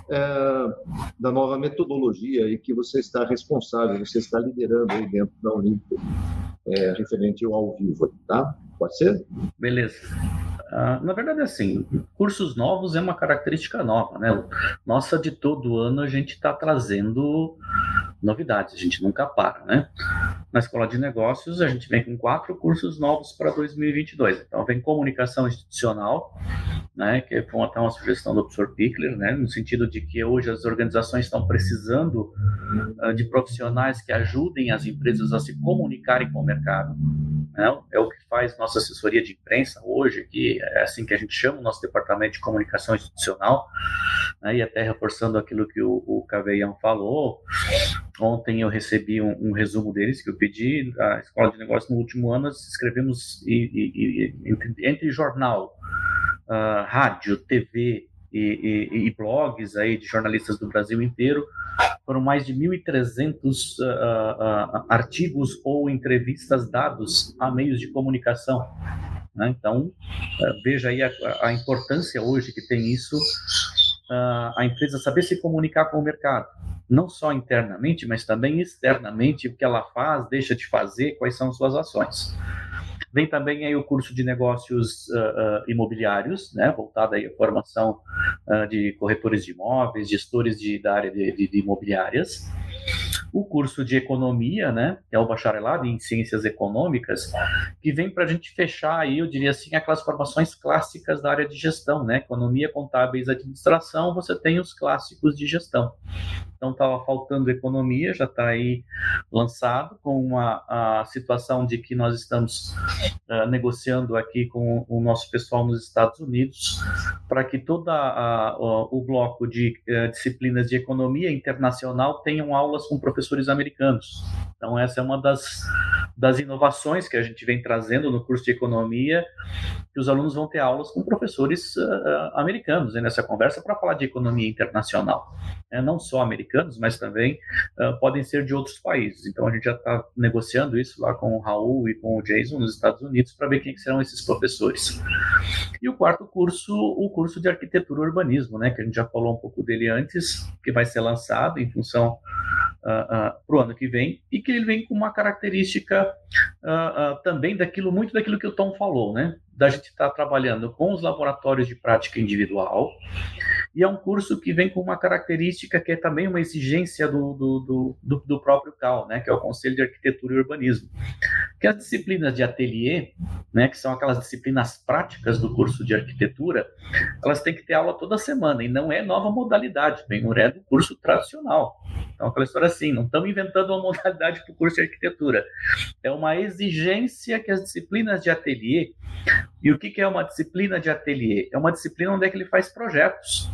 é, da nova metodologia e que você está responsável, você está liderando aí dentro da Uninter, é, referente ao ao vivo, tá? Pode ser? Beleza. Uh, na verdade, assim, cursos novos é uma característica nova, né? Nossa, de todo ano a gente está trazendo novidades, a gente nunca para, né? Na Escola de Negócios, a gente vem com quatro cursos novos para dois mil e vinte e dois. Então, vem comunicação institucional, né? Que foi até uma sugestão do professor Pickler, né? No sentido de que hoje as organizações estão precisando uh, de profissionais que ajudem as empresas a se comunicarem com o mercado. Né? É o que faz nossa assessoria de imprensa hoje, que é assim que a gente chama o nosso departamento de comunicação institucional, né? E até reforçando aquilo que o, o Caveião falou, ontem eu recebi um, um resumo deles que eu pedi. A Escola de Negócios no último ano nós escrevemos e, e, e, entre, entre jornal, uh, rádio, T V e, e, e blogs aí de jornalistas do Brasil inteiro, foram mais de mil e trezentos uh, uh, artigos ou entrevistas dados a meios de comunicação, né? Então, uh, veja aí a, a importância hoje que tem isso, uh, a empresa saber se comunicar com o mercado, não só internamente, mas também externamente, o que ela faz, deixa de fazer, quais são as suas ações. Vem também aí o curso de negócios uh, uh, imobiliários, né, voltado aí à formação uh, de corretores de imóveis, gestores de, da área de, de, de imobiliárias. O curso de economia, né, que é o bacharelado em ciências econômicas, que vem para a gente fechar aí, eu diria assim, aquelas formações clássicas da área de gestão, né, economia, contábeis, administração, você tem os clássicos de gestão. Então estava faltando economia, já está aí lançado, com uma a situação de que nós estamos uh, negociando aqui com o nosso pessoal nos Estados Unidos, para que todo o bloco de uh, disciplinas de economia internacional tenham aulas com professores americanos. Então essa é uma das, das inovações que a gente vem trazendo no curso de economia, que os alunos vão ter aulas com professores uh, americanos, né, nessa conversa, para falar de economia internacional. É, não só americanos, mas também uh, podem ser de outros países. Então a gente já está negociando isso lá com o Raul e com o Jason nos Estados Unidos para ver quem serão esses professores. E o quarto curso, o curso de arquitetura e urbanismo, né, que a gente já falou um pouco dele antes, que vai ser lançado em função uh, uh, para o ano que vem, e que ele vem com uma característica uh, uh, também daquilo, muito daquilo que o Tom falou, né, da gente estar tá trabalhando com os laboratórios de prática individual. E é um curso que vem com uma característica que é também uma exigência do, do, do, do próprio C A U, né, que é o Conselho de Arquitetura e Urbanismo. Que as disciplinas de ateliê, né, que são aquelas disciplinas práticas do curso de arquitetura, elas têm que ter aula toda semana, e não é nova modalidade, bem, não é do curso tradicional. Então, aquela história assim, não estamos inventando uma modalidade para o curso de arquitetura. É uma exigência que as disciplinas de ateliê. E o que, que é uma disciplina de ateliê? É uma disciplina onde é que ele faz projetos.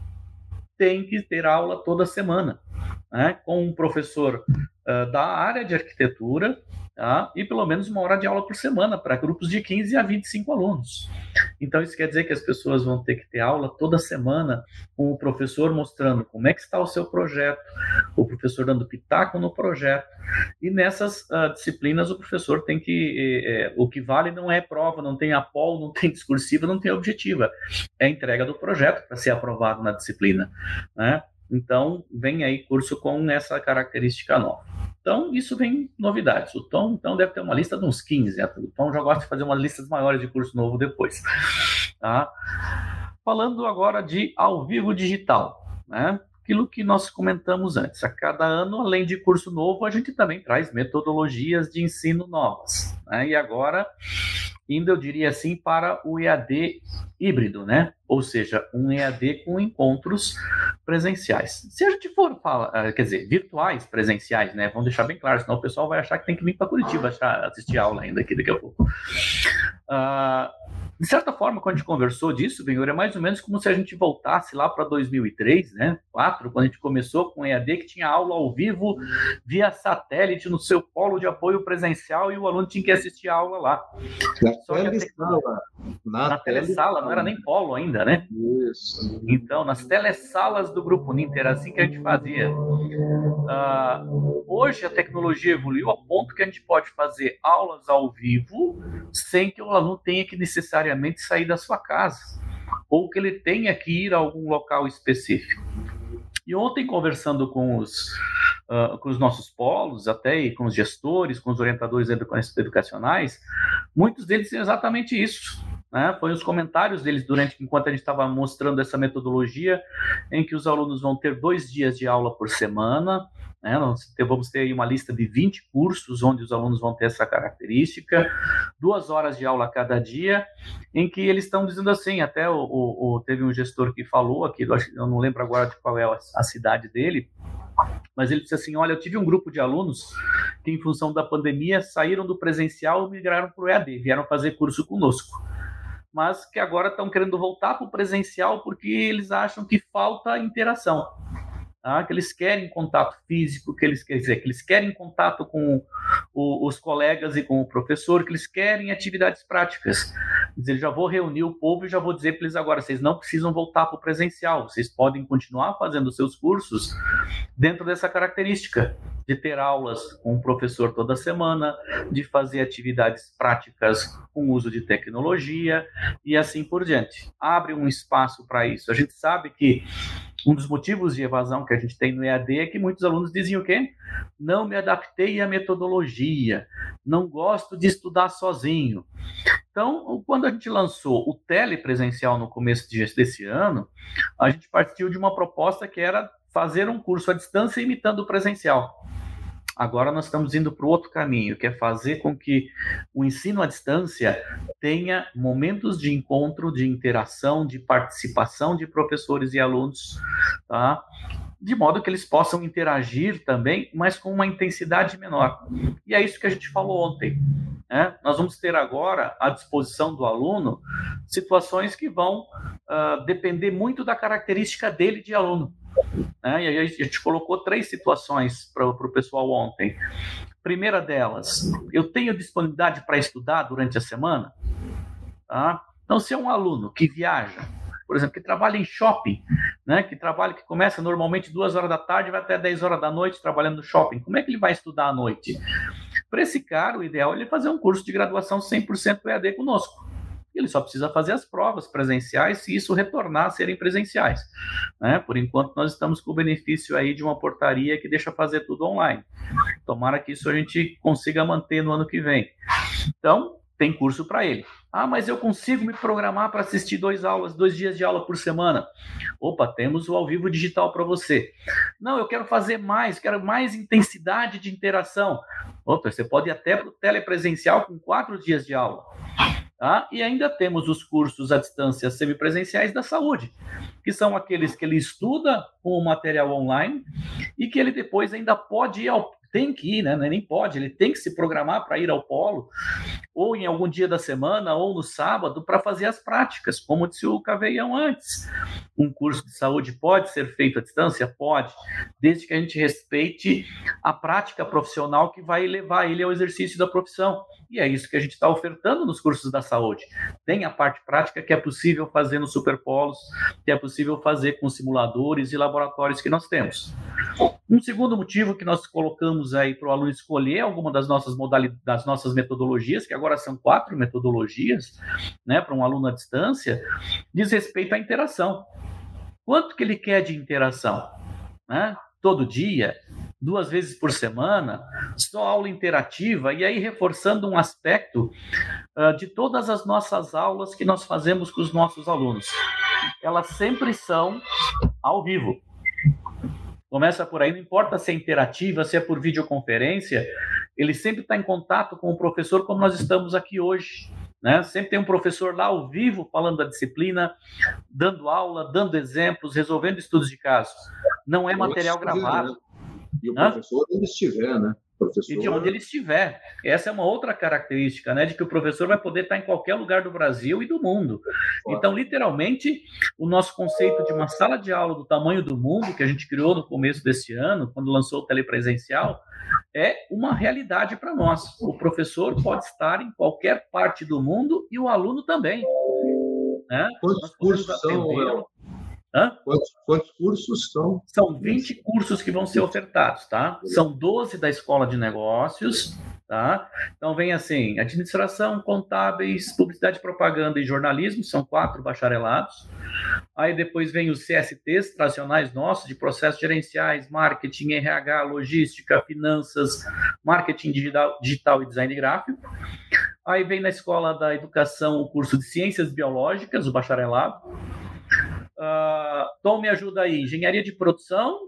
Tem que ter aula toda semana, né, com um professor uh, da área de arquitetura, tá, e pelo menos uma hora de aula por semana para grupos de quinze a vinte e cinco alunos. Então isso quer dizer que as pessoas vão ter que ter aula toda semana com o professor mostrando como é que está o seu projeto, o professor dando pitaco no projeto, e nessas uh, disciplinas o professor tem que, eh, eh, o que vale não é prova, não tem apolo, não tem discursiva, não tem objetiva, é a entrega do projeto para ser aprovado na disciplina, né? Então vem aí curso com essa característica nova. Então, isso vem novidades. O Tom, então, deve ter uma lista de uns quinze. Né? O Tom já gosta de fazer umas listas maiores de curso novo depois. Tá? Falando agora de ao vivo digital, né? Aquilo que nós comentamos antes. A cada ano, além de curso novo, a gente também traz metodologias de ensino novas. Né? E agora, indo, eu diria assim, para o E A D híbrido, né? Ou seja, um E A D com encontros presenciais. Se a gente for falar, quer dizer, virtuais presenciais, né? Vamos deixar bem claro, senão o pessoal vai achar que tem que vir para Curitiba achar, assistir aula ainda aqui daqui a pouco. Uh, de certa forma, quando a gente conversou disso, Benhor, é mais ou menos como se a gente voltasse lá para dois mil e três, né? quatro, quando a gente começou com o E A D, que tinha aula ao vivo via satélite no seu polo de apoio presencial e o aluno tinha que assistir a aula lá. Na Só que a telesala. Na, na telesala, não era nem polo ainda, né? Isso. Então, nas telesalas do Grupo Ninter, era assim que a gente fazia. Uh, hoje a tecnologia evoluiu a ponto que a gente pode fazer aulas ao vivo sem que o aluno tenha que necessariamente sair da sua casa, ou que ele tenha que ir a algum local específico. E ontem, conversando com os, uh, com os nossos polos, até e com os gestores, com os orientadores educa- educacionais, muitos deles diziam exatamente isso. Né? Foi os comentários deles durante enquanto a gente estava mostrando essa metodologia, em que os alunos vão ter dois dias de aula por semana. Né? Nós vamos ter aí uma lista de vinte cursos onde os alunos vão ter essa característica, duas horas de aula a cada dia, em que eles estão dizendo assim, até o, o, o, teve um gestor que falou aqui, eu, acho, eu não lembro agora de qual é a, a cidade dele, mas ele disse assim, olha, eu tive um grupo de alunos que em função da pandemia saíram do presencial e migraram para o E A D, vieram fazer curso conosco, mas que agora estão querendo voltar para o presencial porque eles acham que falta interação. Tá? Que eles querem contato físico, que eles, quer dizer, que eles querem contato com o, os colegas e com o professor, que eles querem atividades práticas. Quer dizer, já vou reunir o povo e já vou dizer para eles agora, vocês não precisam voltar para o presencial, vocês podem continuar fazendo os seus cursos dentro dessa característica de ter aulas com o professor toda semana, de fazer atividades práticas com uso de tecnologia e assim por diante. Abre um espaço para isso. A gente sabe que um dos motivos de evasão que a gente tem no E A D é que muitos alunos diziam o quê? Não me adaptei à metodologia, não gosto de estudar sozinho. Então, quando a gente lançou o telepresencial no começo desse ano, a gente partiu de uma proposta que era fazer um curso à distância imitando o presencial. Agora nós estamos indo para o outro caminho, que é fazer com que o ensino à distância tenha momentos de encontro, de interação, de participação de professores e alunos, tá? De modo que eles possam interagir também, mas com uma intensidade menor. E é isso que a gente falou ontem, né? Nós vamos ter agora à disposição do aluno situações que vão uh, depender muito da característica dele de aluno. Né? E aí a gente colocou três situações para o pessoal ontem. Primeira delas, eu tenho disponibilidade para estudar durante a semana? Tá? Então, se é um aluno que viaja, por exemplo, que trabalha em shopping, né? que trabalha, que começa normalmente duas horas da tarde e vai até dez horas da noite trabalhando no shopping, como é que ele vai estudar à noite? Para esse cara, o ideal é ele fazer um curso de graduação cem por cento E A D conosco. Ele só precisa fazer as provas presenciais se isso retornar a serem presenciais. Né? Por enquanto, nós estamos com o benefício aí de uma portaria que deixa fazer tudo online. Tomara que isso a gente consiga manter no ano que vem. Então, tem curso para ele. Ah, mas eu consigo me programar para assistir dois aulas, dois dias de aula por semana. Opa, temos o ao vivo digital para você. Não, eu quero fazer mais, quero mais intensidade de interação. Opa, você pode ir até para o telepresencial com quatro dias de aula. Tá? E ainda temos os cursos à distância semipresenciais da saúde, que são aqueles que ele estuda com o material online e que ele depois ainda pode ir ao... Tem que ir, né? Nem pode, ele tem que se programar para ir ao polo, ou em algum dia da semana, ou no sábado, para fazer as práticas, como disse o Caveião antes. Um curso de saúde pode ser feito à distância? Pode, desde que a gente respeite a prática profissional que vai levar ele ao exercício da profissão. E é isso que a gente está ofertando nos cursos da saúde. Tem a parte prática que é possível fazer nos superpolos, que é possível fazer com simuladores e laboratórios que nós temos. Um segundo motivo que nós colocamos aí para o aluno escolher alguma das nossas modalidades, das nossas metodologias, que agora são quatro metodologias, né, para um aluno à distância, diz respeito à interação. Quanto que ele quer de interação? Né? Todo dia? Duas vezes por semana? Só aula interativa? E aí reforçando um aspecto uh, de todas as nossas aulas que nós fazemos com os nossos alunos. Elas sempre são ao vivo. Começa por aí, não importa se é interativa, se é por videoconferência, ele sempre está em contato com o professor, como nós estamos aqui hoje. Né? Sempre tem um professor lá ao vivo, falando da disciplina, dando aula, dando exemplos, resolvendo estudos de caso. Não é material gravado. Né? E o professor onde ele estiver, né? Professor... E de onde ele estiver. Essa é uma outra característica, né? De que o professor vai poder estar em qualquer lugar do Brasil e do mundo. Então, literalmente, o nosso conceito de uma sala de aula do tamanho do mundo, que a gente criou no começo desse ano, quando lançou o telepresencial, é uma realidade para nós. O professor pode estar em qualquer parte do mundo e o aluno também. Né? Quantos cursos são? Hã? Quantos, quantos cursos são? São vinte cursos que vão ser ofertados, tá? São doze da Escola de Negócios, tá? Então vem assim, administração, contábeis, publicidade, propaganda e jornalismo, são quatro bacharelados. Aí depois vem os C S Ts tradicionais nossos, de processos gerenciais, marketing, R H, logística, finanças, marketing digital, digital e design gráfico. Aí vem na Escola da Educação o curso de Ciências Biológicas, o bacharelado. Uh, Tom, me ajuda aí. Engenharia de produção?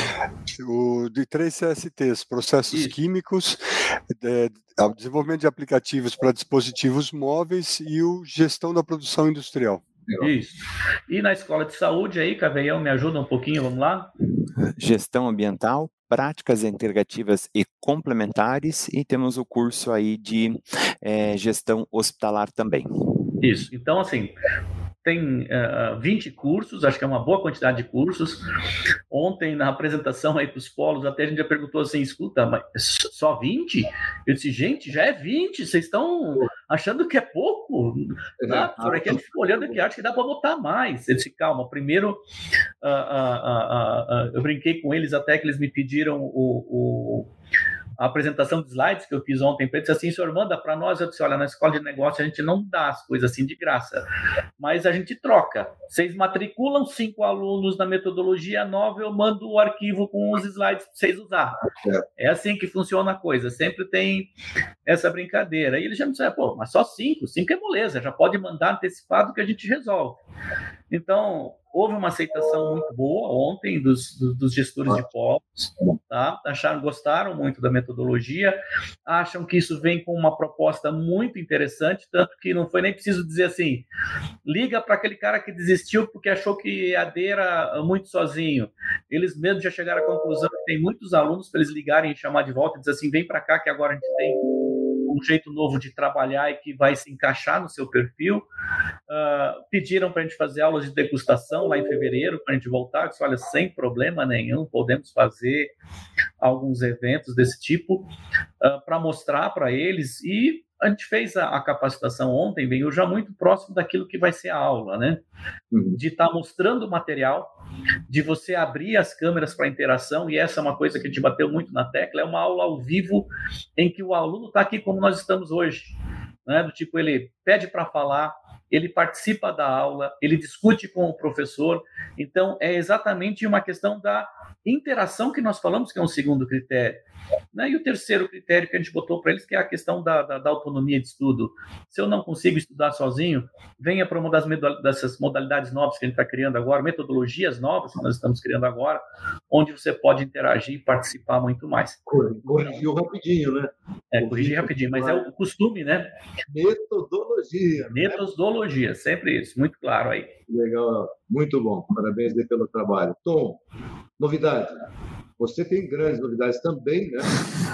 O de três C S Ts, processos Isso. químicos, de, de, desenvolvimento de aplicativos para dispositivos móveis e o gestão da produção industrial. Isso. E na escola de saúde aí, Caveião, me ajuda um pouquinho, vamos lá? Gestão ambiental, práticas integrativas e complementares, e temos o curso aí de é, gestão hospitalar também. Isso. Então, assim, tem uh, vinte cursos, acho que é uma boa quantidade de cursos. Ontem, na apresentação aí para os polos, até a gente já perguntou assim, escuta, mas só vinte? Eu disse, gente, já é vinte, vocês estão achando que é pouco? Ah, professor, é que ele ficou olhando aqui, acho que dá para botar mais. Ele disse, calma, primeiro, uh, uh, uh, uh, eu brinquei com eles até que eles me pediram o... o a apresentação de slides que eu fiz ontem para ele, disse assim, senhor, manda para nós. Eu disse, olha, na escola de negócio a gente não dá as coisas assim de graça, mas a gente troca. Vocês matriculam cinco alunos na metodologia nova, eu mando o arquivo com os slides para vocês usarem. É assim que funciona a coisa, sempre tem essa brincadeira. E ele já me disse, pô, mas só cinco? Cinco é moleza, já pode mandar antecipado que a gente resolve. Então, houve uma aceitação muito boa ontem dos, dos, dos gestores de polos, tá? Acharam, gostaram muito da metodologia, acham que isso vem com uma proposta muito interessante, tanto que não foi nem preciso dizer assim, liga para aquele cara que desistiu porque achou que a D era muito sozinho. Eles mesmos já chegaram à conclusão que tem muitos alunos para eles ligarem e chamar de volta e dizer assim, vem para cá que agora a gente tem um jeito novo de trabalhar e que vai se encaixar no seu perfil. Uh, pediram para a gente fazer aulas de degustação lá em fevereiro, para a gente voltar. Eu disse, olha, sem problema nenhum, podemos fazer alguns eventos desse tipo uh, para mostrar para eles. E a gente fez a, a capacitação ontem, bem, eu já muito próximo daquilo que vai ser a aula, né? Uhum. De estar tá mostrando o material, de você abrir as câmeras para interação, e essa é uma coisa que a gente bateu muito na tecla, é uma aula ao vivo em que o aluno está aqui como nós estamos hoje, né? Do tipo, ele pede para falar, ele participa da aula, ele discute com o professor. Então, é exatamente uma questão da interação que nós falamos, que é um segundo critério, né? E o terceiro critério que a gente botou para eles, que é a questão da, da, da autonomia de estudo. Se eu não consigo estudar sozinho, venha para uma das dessas modalidades novas que a gente está criando agora, metodologias novas que nós estamos criando agora, onde você pode interagir e participar muito mais. Corrigiu rapidinho, né? É, corrigir rapidinho, mas é o costume, né? Metodologia. Metodologia, sempre isso, muito claro aí. Legal, muito bom, parabéns aí pelo trabalho. Tom, novidade. Você tem grandes novidades também, né?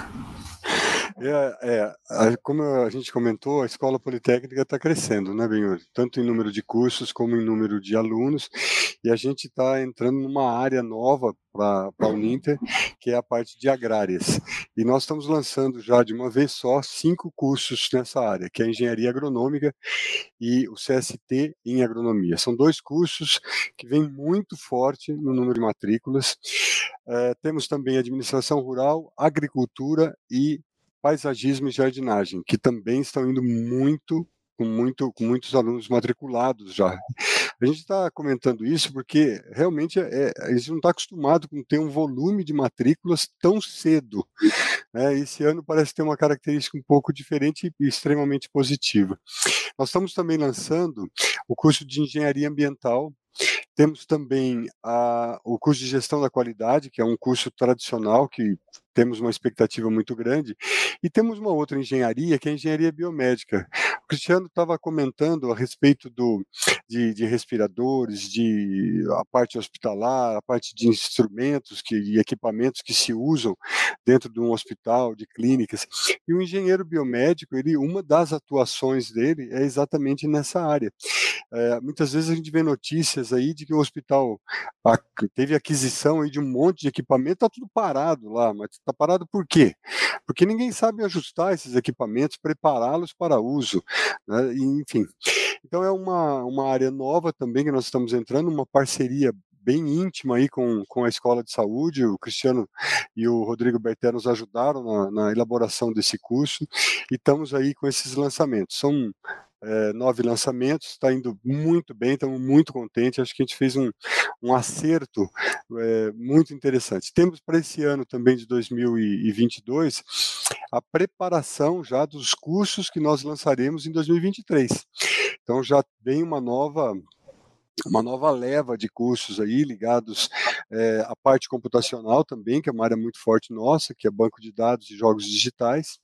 É, é, como a gente comentou, a Escola Politécnica está crescendo, né, Benhur? Tanto em número de cursos como em número de alunos, e a gente está entrando numa área nova para a Uninter, que é a parte de agrárias. E nós estamos lançando já de uma vez só cinco cursos nessa área, que é a Engenharia Agronômica e o C S T em Agronomia. São dois cursos que vêm muito forte no número de matrículas. É, temos também Administração Rural, Agricultura e Paisagismo e Jardinagem, que também estão indo muito, com, muito, com muitos alunos matriculados já. A gente está comentando isso porque realmente é, a gente não está acostumado com ter um volume de matrículas tão cedo, né? Esse ano parece ter uma característica um pouco diferente e extremamente positiva. Nós estamos também lançando o curso de Engenharia Ambiental. Temos também a, o curso de Gestão da Qualidade, que é um curso tradicional que temos uma expectativa muito grande, e temos uma outra engenharia, que é a engenharia biomédica. O Cristiano estava comentando a respeito do, de, de respiradores, de a parte hospitalar, a parte de instrumentos que, e equipamentos que se usam dentro de um hospital, de clínicas. E o engenheiro biomédico, ele, uma das atuações dele é exatamente nessa área. É, muitas vezes a gente vê notícias aí de que o hospital a, teve aquisição aí de um monte de equipamento, está tudo parado lá, mas está parado por quê? Porque ninguém sabe ajustar esses equipamentos, prepará-los para uso, né? E, enfim. Então é uma, uma área nova também que nós estamos entrando, uma parceria bem íntima aí com, com a Escola de Saúde. O Cristiano e o Rodrigo Berté nos ajudaram na, na elaboração desse curso, e estamos aí com esses lançamentos. São É, nove lançamentos, está indo muito bem, estamos muito contentes, acho que a gente fez um, um acerto é, muito interessante. Temos para esse ano também de dois mil e vinte e dois a preparação já dos cursos que nós lançaremos em dois mil e vinte e três. Então já vem uma nova uma nova leva de cursos aí ligados é, à parte computacional também, que é uma área muito forte nossa, que é banco de dados e jogos digitais.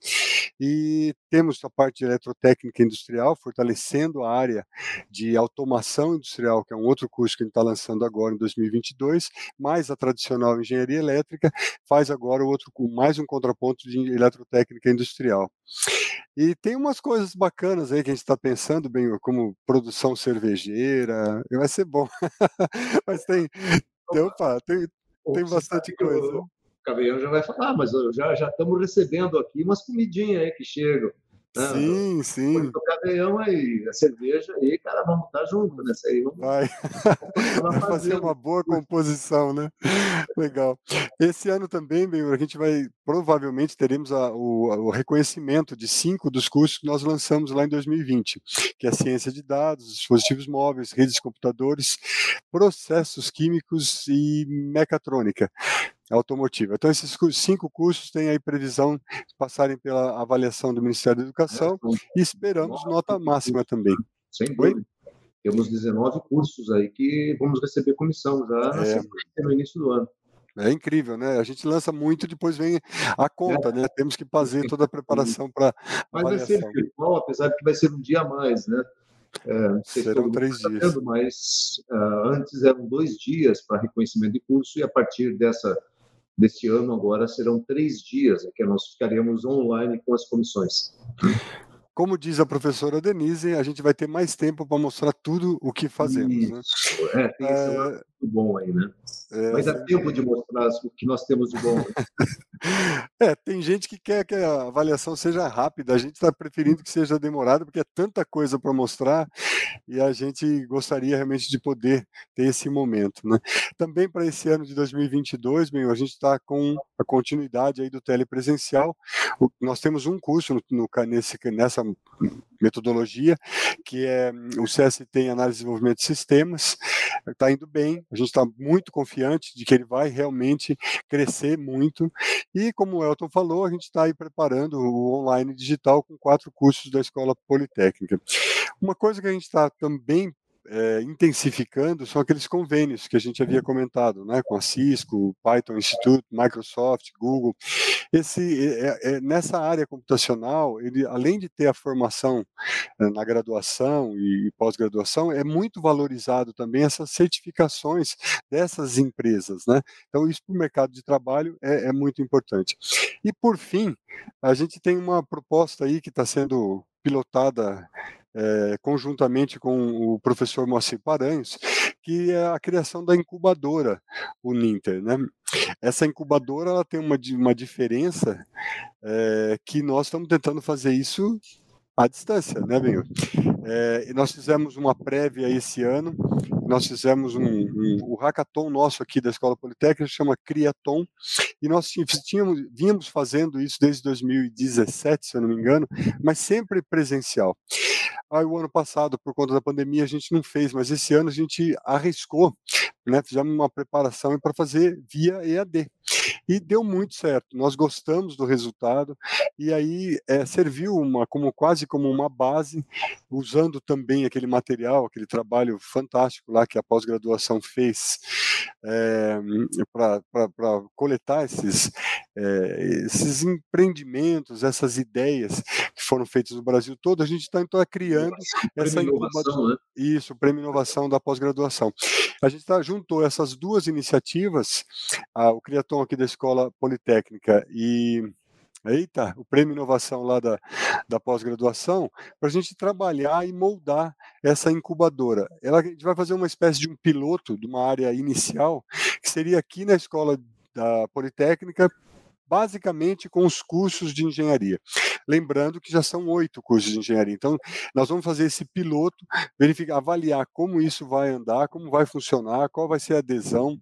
E temos a parte de eletrotécnica industrial, fortalecendo a área de automação industrial, que é um outro curso que a gente está lançando agora em dois mil e vinte e dois, mais a tradicional engenharia elétrica, faz agora outro, mais um contraponto de eletrotécnica industrial. E tem umas coisas bacanas aí que a gente está pensando, bem, como produção cervejeira, vai ser bom. Mas tem, tem, opa, tem, tem Você sabe bastante que coisa. o Caveião já vai falar, ah, mas eu já já estamos recebendo aqui umas comidinhas aí que chegam. Né? Sim, Depois sim, do Caveião aí, a cerveja aí, cara, vamos estar junto nessa aí. Vamos, vai. vamos continuar Vai fazer fazendo. uma boa composição, né? Legal. Esse ano também, Benhur, a gente vai, provavelmente teremos a, o, o reconhecimento de cinco dos cursos que nós lançamos lá em dois mil e vinte, que é ciência de dados, dispositivos móveis, redes de computadores, processos químicos e mecatrônica automotiva. Então, esses cu- cinco cursos têm aí previsão de passarem pela avaliação do Ministério da Né? Educação São e esperamos nota dezenove máxima cursos, também. sem Oi? dúvida. Temos dezenove cursos aí que vamos receber comissão já na É, sequência, no início do ano. É incrível, né? A gente lança muito, depois vem a conta, né? Temos que fazer toda a preparação para Mas vai ser avaliação. virtual, apesar de que vai ser um dia a mais, né? É, não sei se todo Serão mundo três está dias. sabendo, mas uh, antes eram dois dias para reconhecimento de curso e a partir dessa desse ano agora serão três dias, né, que nós ficaremos online com as comissões. Como diz a professora Denise, a gente vai ter mais tempo para mostrar tudo o que fazemos, né? Isso, é, tem esse lado É, muito bom aí, né? é, Mas dá sem tempo dúvida. de mostrar o que nós temos de bom. Né? É, tem gente que quer que a avaliação seja rápida, a gente está preferindo que seja demorada, porque é tanta coisa para mostrar e a gente gostaria realmente de poder ter esse momento, né? Também para esse ano de dois mil e vinte e dois, bem, a gente está com a continuidade aí do telepresencial. O, nós temos um curso no, no, nesse, nessa metodologia, que é o C S T em Análise e Desenvolvimento de Sistemas. Está indo bem, a gente está muito confiante de que ele vai realmente crescer muito. E como o Elton falou, a gente está aí preparando o online digital com quatro cursos da Escola Politécnica. Uma coisa que a gente está também é, intensificando são aqueles convênios que a gente havia comentado, né, com a Cisco, Python Institute, Microsoft, Google. Esse, é, é, nessa área computacional, ele, além de ter a formação é, na graduação e, e pós-graduação, é muito valorizado também essas certificações dessas empresas, né? Então, isso para o mercado de trabalho é, é muito importante. E, por fim, a gente tem uma proposta aí que está sendo pilotada é, conjuntamente com o professor Moacir Paranhos, que é a criação da incubadora Uninter, né? Essa incubadora ela tem uma, uma diferença é, que nós estamos tentando fazer isso à distância, né, Benhur? É, nós fizemos uma prévia esse ano, nós fizemos um, um, o hackathon nosso aqui da Escola Politécnica, chama Criaton, e nós tínhamos, vínhamos fazendo isso desde dois mil e dezessete, se eu não me engano, mas sempre presencial. Aí, o ano passado, por conta da pandemia, a gente não fez, mas esse ano a gente arriscou, né, fizemos uma preparação para fazer via E A D. E deu muito certo, nós gostamos do resultado, e aí é, serviu uma, como, quase como uma base, usando também aquele material, aquele trabalho fantástico lá que a pós-graduação fez é, para coletar esses, é, esses empreendimentos, essas ideias que foram feitas no Brasil todo. A gente está então criando essa incubadora. Né? Isso, Prêmio Inovação da pós-graduação. A gente tá, juntou essas duas iniciativas, a, o Criaton aqui da Escola Politécnica e Eita, o Prêmio Inovação lá da, da pós-graduação, para a gente trabalhar e moldar essa incubadora. Ela, a gente vai fazer uma espécie de um piloto de uma área inicial, que seria aqui na Escola da Politécnica, basicamente com os cursos de engenharia. Lembrando que já são oito cursos de engenharia. Então, nós vamos fazer esse piloto, verificar, avaliar como isso vai andar, como vai funcionar, qual vai ser a adesão,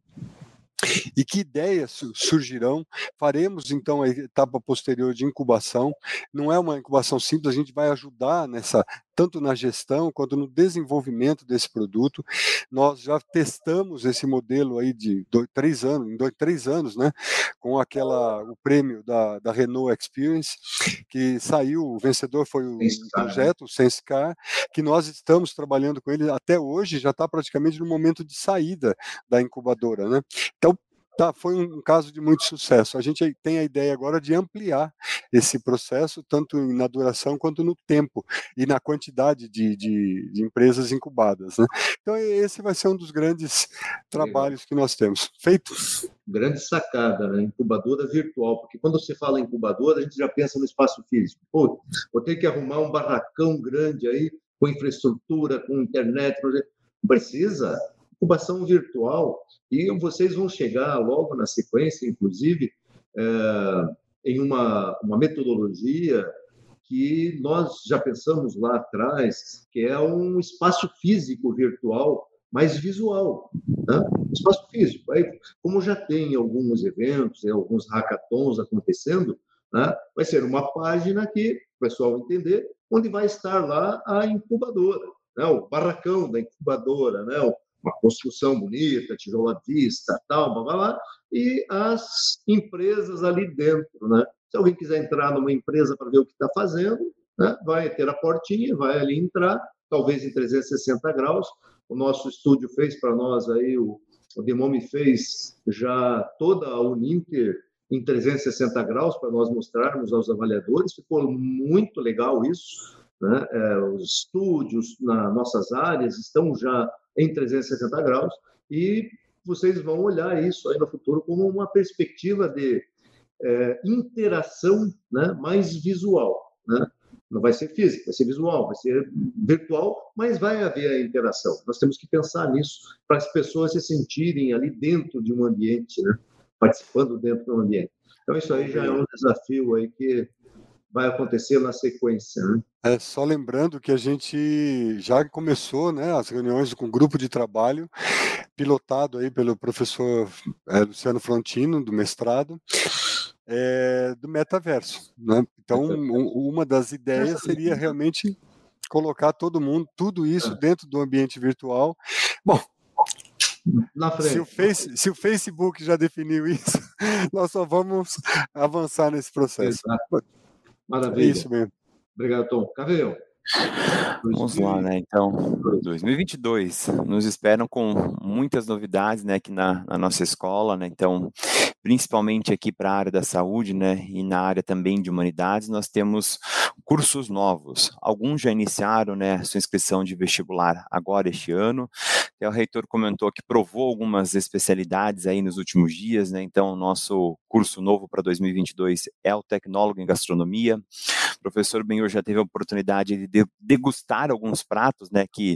e que ideias surgirão. Faremos então a etapa posterior de incubação. Não é uma incubação simples, a gente vai ajudar nessa, tanto na gestão quanto no desenvolvimento desse produto. Nós já testamos esse modelo aí de dois, três anos, em dois, três anos, né, com aquela o prêmio da, da Renault Experience, que saiu, o vencedor foi o projeto, o SenseCar, que nós estamos trabalhando com ele até hoje, já está praticamente no momento de saída da incubadora, né? Então, tá, foi um caso de muito sucesso. A gente tem a ideia agora de ampliar esse processo, tanto na duração quanto no tempo e na quantidade de, de, de empresas incubadas, né? Então esse vai ser um dos grandes trabalhos que nós temos. Feito? Grande sacada, né? Incubadora virtual, porque quando você fala incubadora, a gente já pensa no espaço físico. Pô, vou ter que arrumar um barracão grande aí, com infraestrutura, com internet, não precisa. Incubação virtual, e vocês vão chegar logo na sequência, inclusive, é, em uma, uma metodologia que nós já pensamos lá atrás, que é um espaço físico virtual, mais visual, né? Espaço físico. Aí, como já tem alguns eventos, alguns hackathons acontecendo, né? Vai ser uma página que o pessoal entender, onde vai estar lá a incubadora, né? O barracão da incubadora, né? Uma construção bonita, tijolo à vista, tal, blá, blá, blá, e as empresas ali dentro, né? Se alguém quiser entrar numa empresa para ver o que está fazendo, né? Vai ter a portinha, vai ali entrar, talvez em trezentos e sessenta graus. O nosso estúdio fez para nós aí, o, o Demomi fez já toda a Uninter em trezentos e sessenta graus para nós mostrarmos aos avaliadores. Ficou muito legal isso, né? É, os estúdios nas nossas áreas estão já em trezentos e sessenta graus, e vocês vão olhar isso aí no futuro como uma perspectiva de é, interação, né, mais visual, né? Não vai ser física, vai ser visual, vai ser virtual, mas vai haver a interação. Nós temos que pensar nisso para as pessoas se sentirem ali dentro de um ambiente, né? Participando dentro do ambiente. Então isso aí já é um desafio aí que vai acontecer na sequência, né? É, só lembrando que a gente já começou, né, as reuniões com o grupo de trabalho, pilotado aí pelo professor é, Luciano Frontino, do mestrado, é, do metaverso, né? Então, um, uma das ideias seria realmente colocar todo mundo, tudo isso dentro do ambiente virtual. Bom, na frente. Se o, face, se o Facebook já definiu isso, nós só vamos avançar nesse processo. Exato. Maravilha. É isso mesmo. Obrigado, Tom. Caveio. Vamos lá, né? Então, dois mil e vinte e dois nos esperam com muitas novidades, né, aqui na, na nossa escola, né? Então, principalmente aqui para a área da saúde, né, e na área também de humanidades, nós temos cursos novos. Alguns já iniciaram, né, sua inscrição de vestibular agora este ano. O reitor comentou que provou algumas especialidades aí nos últimos dias, né? Então, o nosso curso novo para dois mil e vinte e dois é o Tecnólogo em Gastronomia. O professor Benhur já teve a oportunidade de degustar alguns pratos, né, que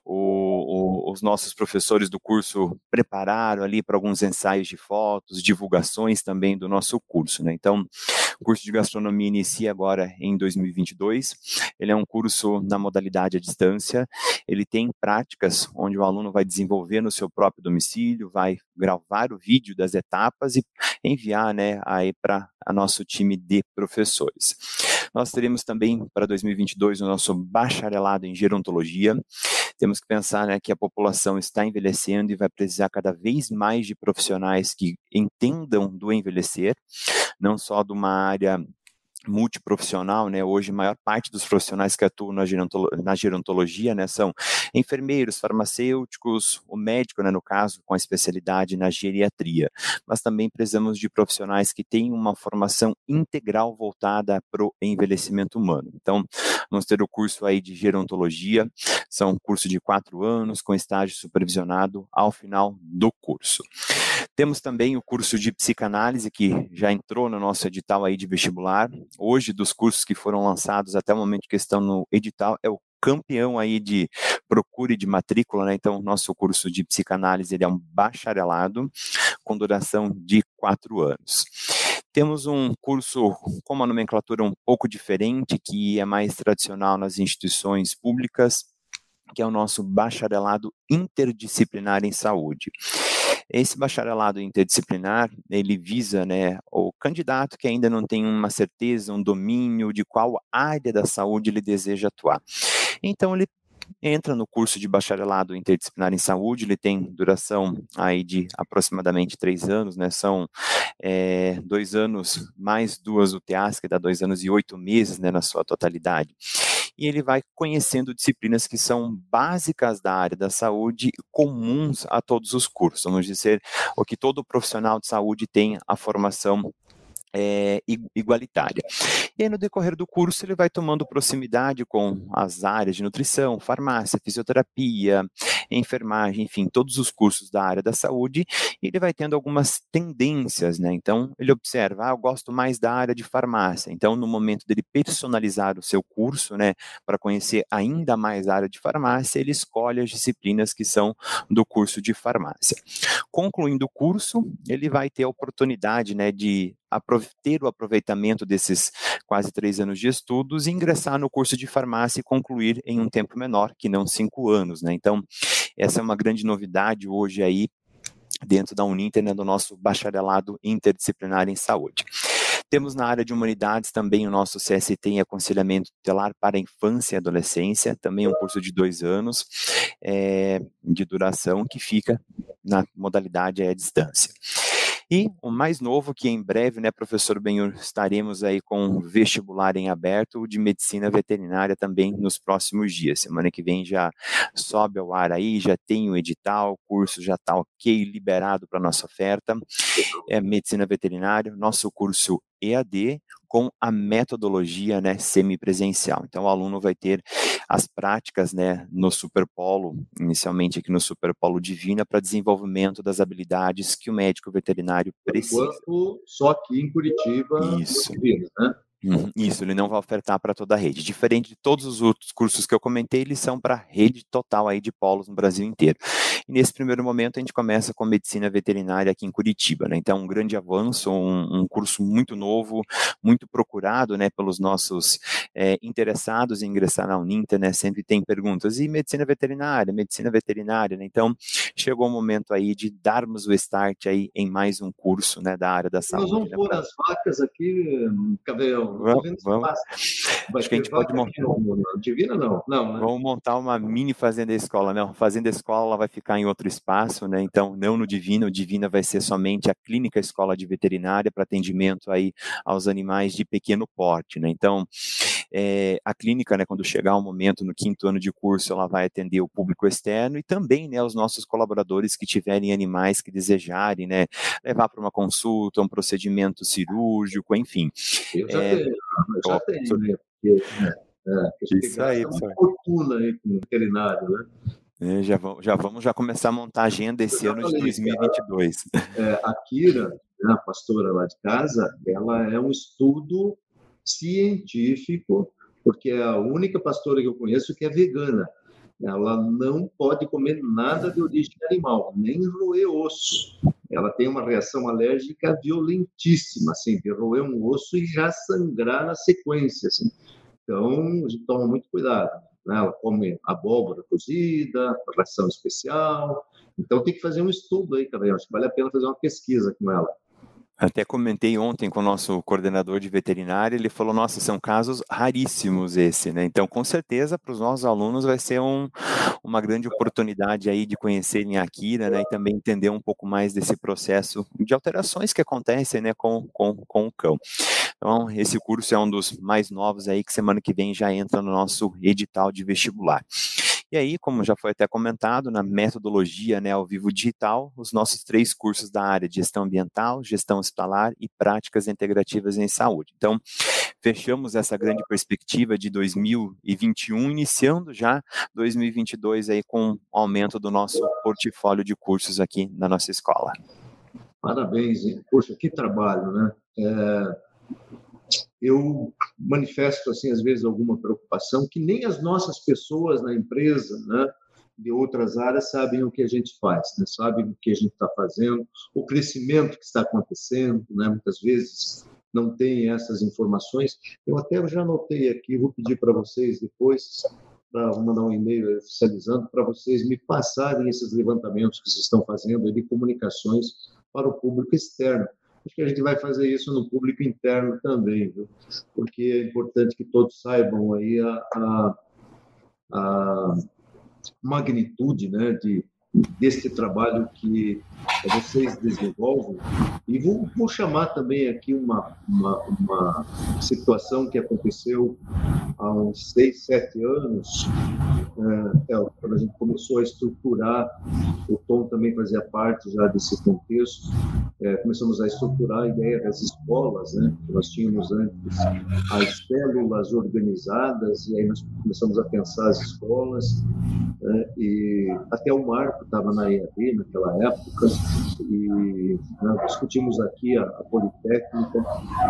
o, o, os nossos professores do curso prepararam ali para alguns ensaios de fotos, divulgações também do nosso curso, né? Então, o curso de gastronomia inicia agora em dois mil e vinte e dois. Ele é um curso na modalidade à distância. Ele tem práticas onde o aluno vai desenvolver no seu próprio domicílio, vai gravar o vídeo das etapas e enviar, né, aí para o nosso time de professores. Nós teremos também para dois mil e vinte e dois o nosso bacharelado em gerontologia. Temos que pensar, né, que a população está envelhecendo e vai precisar cada vez mais de profissionais que entendam do envelhecer, não só de uma área multiprofissional, né? Hoje a maior parte dos profissionais que atuam na, gerontolo na gerontologia, né, são enfermeiros, farmacêuticos, o médico, né, no caso, com a especialidade na geriatria, mas também precisamos de profissionais que tenham uma formação integral voltada para o envelhecimento humano. Então, vamos ter o curso aí de gerontologia, são um curso de quatro anos, com estágio supervisionado ao final do curso. Temos também o curso de psicanálise, que já entrou no nosso edital aí de vestibular. Hoje, dos cursos que foram lançados até o momento que estão no edital, é o campeão aí de procura e de matrícula, né? Então, nosso curso de psicanálise ele é um bacharelado com duração de quatro anos. Temos um curso com uma nomenclatura um pouco diferente, que é mais tradicional nas instituições públicas, que é o nosso bacharelado interdisciplinar em saúde. Esse bacharelado interdisciplinar, ele visa, né, o candidato que ainda não tem uma certeza, um domínio de qual área da saúde ele deseja atuar. Então, ele entra no curso de bacharelado interdisciplinar em saúde, ele tem duração aí de aproximadamente três anos, né, são é, dois anos mais duas U T As, que dá dois anos e oito meses, né, na sua totalidade. e ele vai conhecendo disciplinas que são básicas da área da saúde, comuns a todos os cursos, vamos dizer, o que todo profissional de saúde tem a formação É, igualitária. E aí, no decorrer do curso, ele vai tomando proximidade com as áreas de nutrição, farmácia, fisioterapia, enfermagem, enfim, todos os cursos da área da saúde, e ele vai tendo algumas tendências, né? Então, ele observa, ah, eu gosto mais da área de farmácia. Então, no momento dele personalizar o seu curso, né, para conhecer ainda mais a área de farmácia, ele escolhe as disciplinas que são do curso de farmácia. Concluindo o curso, ele vai ter a oportunidade, né, de ter o aproveitamento desses quase três anos de estudos e ingressar no curso de farmácia e concluir em um tempo menor, que não cinco anos, né? Então, essa é uma grande novidade hoje aí dentro da Uninter, né, do nosso bacharelado interdisciplinar em saúde. Temos na área de humanidades também o nosso C S T em aconselhamento tutelar para a infância e adolescência, também um curso de dois anos é, de duração que fica na modalidade à distância. E o mais novo, que em breve, né, professor Benhur, estaremos aí com vestibular em aberto, o de medicina veterinária também nos próximos dias. Semana que vem já sobe ao ar aí, já tem o edital, o curso já está ok, liberado para nossa oferta. É medicina veterinária, nosso curso E A D, com a metodologia, né, semipresencial. Então, o aluno vai ter as práticas, né, no Superpolo, inicialmente aqui no Superpolo Divina, para desenvolvimento das habilidades que o médico veterinário precisa. Enquanto só aqui em Curitiba, Isso. Divina, né? Isso, ele não vai ofertar para toda a rede. Diferente de todos os outros cursos que eu comentei, eles são para a rede total aí de polos no Brasil inteiro. E nesse primeiro momento a gente começa com medicina veterinária aqui em Curitiba, né? Então, um grande avanço, um, um curso muito novo, muito procurado, né, pelos nossos é, interessados em ingressar na Uninter, né? Sempre tem perguntas, e medicina veterinária, medicina veterinária, né? Então, chegou o momento aí de darmos o start aí em mais um curso, né, da área da saúde. Nós vamos né, pôr pra... as vacas aqui, Cabelo. Vamos, vamos. Acho que a gente pode montar. Divina não, não, né? Vamos montar uma mini fazenda escola, não? Fazenda escola ela vai ficar em outro espaço, né? Então, não no Divina, o Divina vai ser somente a clínica escola de veterinária para atendimento aí aos animais de pequeno porte, né? Então, é, a clínica, né, quando chegar o momento no quinto ano de curso, ela vai atender o público externo e também, né, os nossos colaboradores que tiverem animais que desejarem, né, levar para uma consulta, um procedimento cirúrgico, enfim. Eu já é, tenho, eu já tenho, sobre... né? É, Isso aí, uma fortuna aí com o veterinário, né? É, já, vamos, já vamos já começar a montar a agenda esse ano falei, de dois mil e vinte e dois. É, a Kira, né, a pastora lá de casa, ela é um estudo científico, porque é a única pastora que eu conheço que é vegana. Ela não pode comer nada de origem animal, nem roer osso. Ela tem uma reação alérgica violentíssima, assim, de roer um osso e já sangrar na sequência, assim. Então, a gente toma muito cuidado, né? Ela come abóbora cozida, ração especial. Então, tem que fazer um estudo aí, cara. Acho que vale a pena fazer uma pesquisa com ela. Até comentei ontem com o nosso coordenador de veterinária, ele falou, nossa, são casos raríssimos esse, né? Então, com certeza, para os nossos alunos vai ser um, uma grande oportunidade aí de conhecerem a Kira, né? E também entender um pouco mais desse processo de alterações que acontecem, né, com, com, com o cão. Então, esse curso é um dos mais novos aí, que semana que vem já entra no nosso edital de vestibular. E aí, como já foi até comentado, na metodologia, né, ao vivo digital, os nossos três cursos da área de gestão ambiental, gestão hospitalar e práticas integrativas em saúde. Então, fechamos essa grande perspectiva de dois mil e vinte e um, iniciando já dois mil e vinte e dois aí com o aumento do nosso portfólio de cursos aqui na nossa escola. Parabéns, hein? Poxa, que trabalho, né? É... Eu manifesto, assim, às vezes, alguma preocupação que nem as nossas pessoas na empresa, né, de outras áreas, sabem o que a gente faz, né, sabem o que a gente está fazendo, o crescimento que está acontecendo, né, muitas vezes não tem essas informações. Eu até já anotei aqui, vou pedir para vocês depois, para mandar um e-mail oficializando, para vocês me passarem esses levantamentos que vocês estão fazendo de comunicações para o público externo. Acho que a gente vai fazer isso no público interno também, viu? Porque é importante que todos saibam aí a, a, a magnitude, né, de, deste trabalho que vocês desenvolvem. E vou, vou chamar também aqui uma, uma, uma situação que aconteceu há uns seis, sete anos, é, é, quando a gente começou a estruturar, o Tom também fazia parte já desse contexto, é, começamos a estruturar a ideia das escolas, né? Nós tínhamos antes as células organizadas, e aí nós começamos a pensar as escolas, né? E até o Marco estava na E A D naquela época, e né, discutimos aqui a, a Politécnica,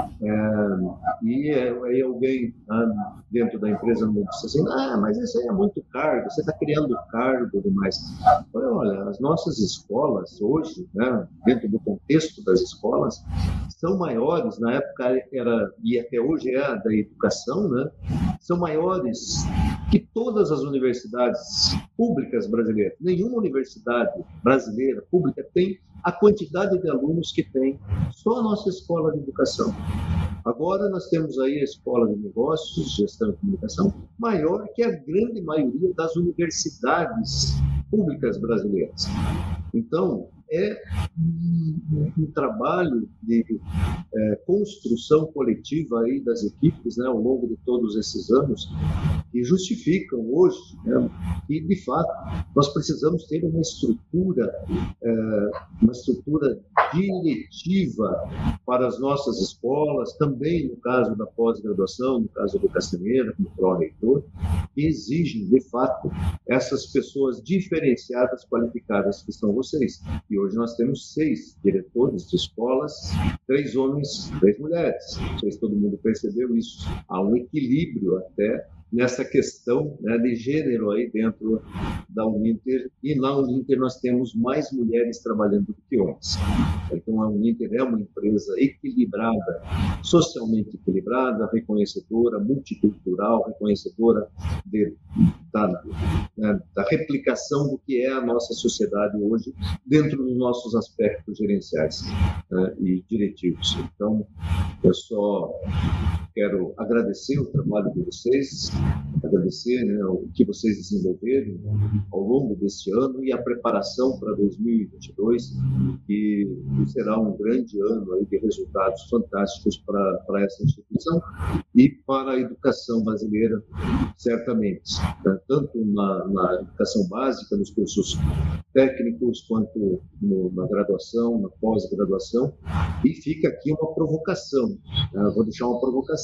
é, e aí alguém né, dentro da empresa me disse assim, ah, mas isso aí é muito cargo, você está criando cargo e demais. Eu falei, olha, as nossas escolas hoje, né, dentro do contexto das escolas, são maiores, na época era, e até hoje é a da educação, né, são maiores que todas as universidades públicas brasileiras. Nenhuma universidade brasileira pública tem a quantidade de alunos que tem só a nossa escola de educação. Agora nós temos aí a escola de negócios, gestão e comunicação, maior que a grande maioria das universidades públicas brasileiras. Então, é um, um trabalho de é, construção coletiva aí das equipes, né, ao longo de todos esses anos, que justificam hoje, né, que, de fato, nós precisamos ter uma estrutura, é, uma estrutura diretiva para as nossas escolas, também no caso da pós-graduação, no caso do Castanheira, como pró-reitor, que exigem, de fato, essas pessoas diferenciadas, qualificadas, que são vocês. E hoje nós temos seis diretores de escolas, três homens, três mulheres. Não sei se todo mundo percebeu isso. Há um equilíbrio até nessa questão, né, de gênero aí dentro da Uninter, e na Uninter nós temos mais mulheres trabalhando do que homens. Então a Uninter é uma empresa equilibrada, socialmente equilibrada, reconhecedora, multicultural, reconhecedora de, da, né, da replicação do que é a nossa sociedade hoje dentro dos nossos aspectos gerenciais, né, e diretivos. Então eu só quero agradecer o trabalho de vocês, agradecer, né, o que vocês desenvolveram ao longo deste ano e a preparação para dois mil e vinte e dois, que será um grande ano aí de resultados fantásticos para, para essa instituição e para a educação brasileira, certamente, né, tanto na, na educação básica, nos cursos técnicos, quanto no, na graduação, na pós-graduação. E fica aqui uma provocação, né, vou deixar uma provocação,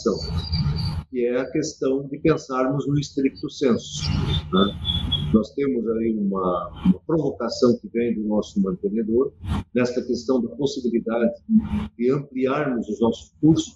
que é a questão de pensarmos no stricto sensu, né? Nós temos aí uma, uma provocação que vem do nosso mantenedor, nesta questão da possibilidade de ampliarmos os nossos cursos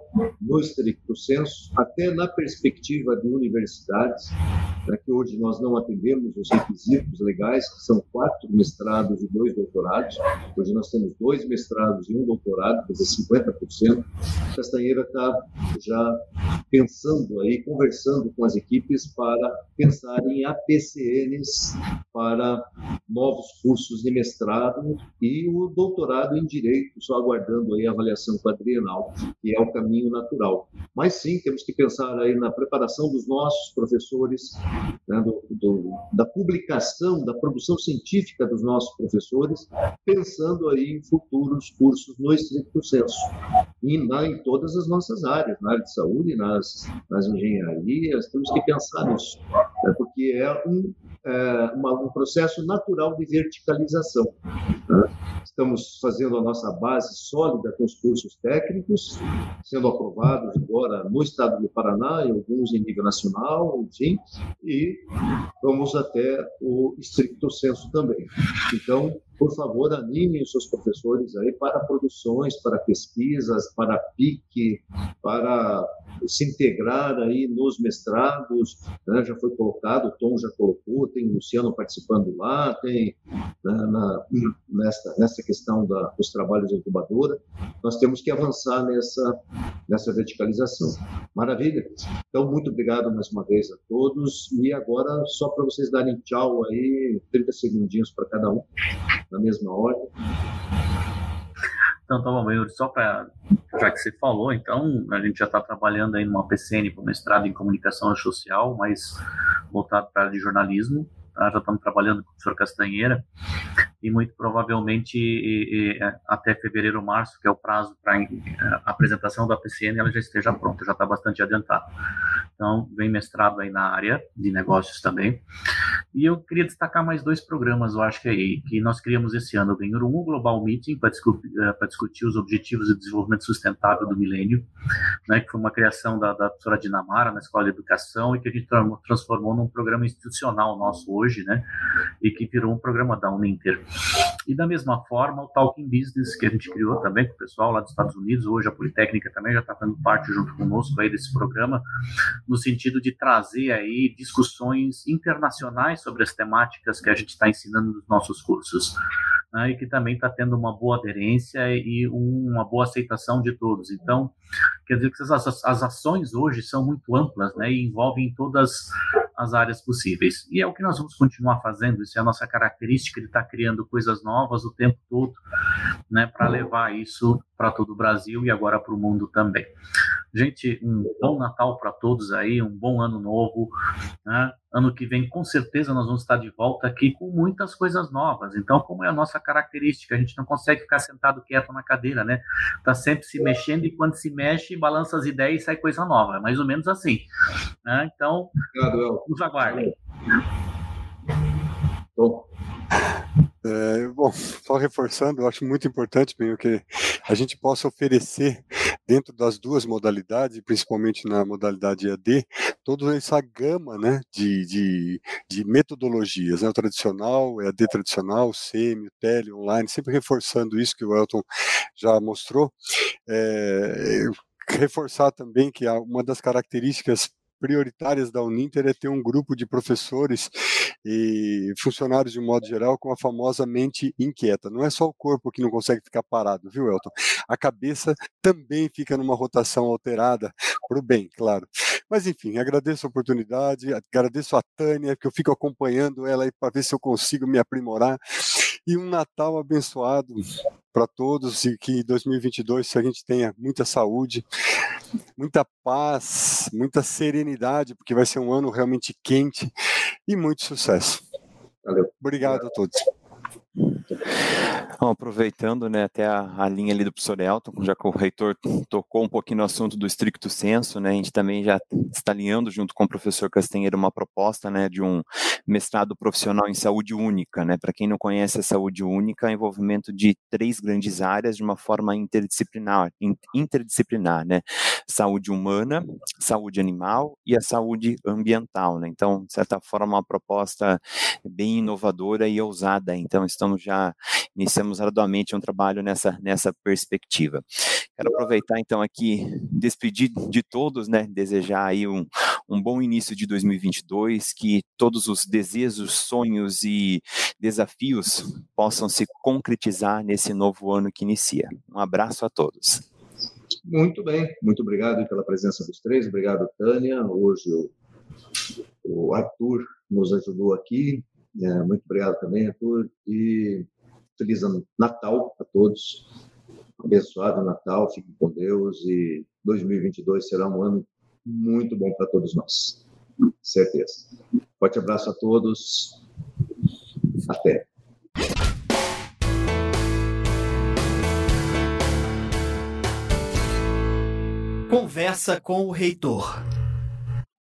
no stricto sensu, até na perspectiva de universidades, né, que hoje nós não atendemos os requisitos legais, que são quatro mestrados e dois doutorados. Hoje nós temos dois mestrados e um doutorado, quer dizer, cinquenta por cento. A Castanheira está já pensando aí, conversando com as equipes para pensar em A P C Ns para novos cursos de mestrado e o doutorado em Direito, só aguardando aí a avaliação quadrienal, que é o caminho natural. Mas sim, temos que pensar aí na preparação dos nossos professores, né, do, do, da publicação, da produção científica dos nossos professores, pensando aí em futuros cursos no stricto sensu. E na, em todas as nossas áreas, na área de saúde, nas, nas engenharias, temos que pensar nisso, né, porque é um, é, uma, um processo natural de verticalização, né? Estamos fazendo a nossa base sólida com os cursos técnicos, sendo aprovados agora no estado do Paraná e alguns em nível nacional, enfim, e vamos até o stricto sensu também. Então, por favor, animem os seus professores aí para produções, para pesquisas, para P I C, para se integrar aí nos mestrados, né? Já foi colocado, o Tom já colocou, tem o Luciano participando lá, tem né, na, nessa, nessa questão da, dos trabalhos de incubadora, nós temos que avançar nessa, nessa verticalização. Maravilha? Então, muito obrigado mais uma vez a todos, e agora só para vocês darem tchau aí, trinta segundinhos para cada um, na mesma ordem. Então, tá bom, Yuri, só para, já que você falou, então, a gente já está trabalhando aí numa P C N para mestrado em comunicação social, mas voltado para a área de jornalismo, tá? Já estamos trabalhando com o professor Castanheira e muito provavelmente e, e, até fevereiro, março, que é o prazo para a apresentação da P C N, ela já esteja pronta, já está bastante adiantada. Então, vem mestrado aí na área de negócios também. E eu queria destacar mais dois programas, eu acho que aí, que nós criamos esse ano, bem, um Global Meeting para discutir, para discutir os objetivos de desenvolvimento sustentável do milênio, né, que foi uma criação da, da professora Dinamara na Escola de Educação e que a gente transformou num programa institucional nosso hoje, né, e que virou um programa da Uninter. E da mesma forma, o Talking Business, que a gente criou também com o pessoal lá dos Estados Unidos, hoje a Politécnica também já está fazendo parte junto conosco aí desse programa, no sentido de trazer aí discussões internacionais sobre as temáticas que a gente está ensinando nos nossos cursos, né, e que também está tendo uma boa aderência e uma boa aceitação de todos. Então, quer dizer que as, as ações hoje são muito amplas, né, e envolvem todas as áreas possíveis. E é o que nós vamos continuar fazendo, isso é a nossa característica de estar criando coisas novas o tempo todo, né, para levar isso para todo o Brasil e agora para o mundo também. Gente, um bom Natal para todos aí, um bom ano novo, né? Ano que vem, com certeza, nós vamos estar de volta aqui com muitas coisas novas. Então, como é a nossa característica, a gente não consegue ficar sentado quieto na cadeira, né? Está sempre se mexendo e quando se mexe, balança as ideias e sai coisa nova. É mais ou menos assim, né? Então, Obrigado, nos aguardem. Bom. É, bom, só reforçando, eu acho muito importante, bem, que a gente possa oferecer dentro das duas modalidades, principalmente na modalidade E A D, toda essa gama, né, de, de, de metodologias, né, o tradicional, E A D tradicional, o semi, o tele, online, sempre reforçando isso que o Elton já mostrou. É, reforçar também que uma das características prioritárias da Uninter é ter um grupo de professores e funcionários de um modo geral com a famosa mente inquieta. Não é só o corpo que não consegue ficar parado, viu, Elton? A cabeça também fica numa rotação alterada, para o bem, claro. Mas, enfim, agradeço a oportunidade, agradeço a Tânia, que eu fico acompanhando ela aí para ver se eu consigo me aprimorar. E um Natal abençoado para todos e que em dois mil e vinte e dois a gente tenha muita saúde, muita paz, muita serenidade, porque vai ser um ano realmente quente e muito sucesso. Valeu. Obrigado a todos. Bom, aproveitando, né, até a, a linha ali do professor Elton, já que o reitor tocou um pouquinho no assunto do stricto sensu, né, a gente também já está alinhando junto com o professor Castanheira uma proposta, né, de um mestrado profissional em saúde única, né, para quem não conhece a saúde única, é envolvimento de três grandes áreas de uma forma interdisciplinar, interdisciplinar, né, saúde humana, saúde animal e a saúde ambiental, né, então, de certa forma, uma proposta bem inovadora e ousada, então, estamos já, iniciamos arduamente um trabalho nessa, nessa perspectiva. Quero aproveitar, então, aqui, despedir de todos, né, desejar aí um, um bom início de dois mil e vinte e dois, que todos os desejos, sonhos e desafios possam se concretizar nesse novo ano que inicia. Um abraço a todos. Muito bem, muito obrigado pela presença dos três, obrigado, Tânia. Hoje o, o Arthur nos ajudou aqui. É, muito obrigado também, Arthur, e feliz Natal a todos, abençoado Natal, fiquem com Deus, e dois mil e vinte e dois será um ano muito bom para todos nós, certeza. Forte abraço a todos, até. Conversa com o reitor.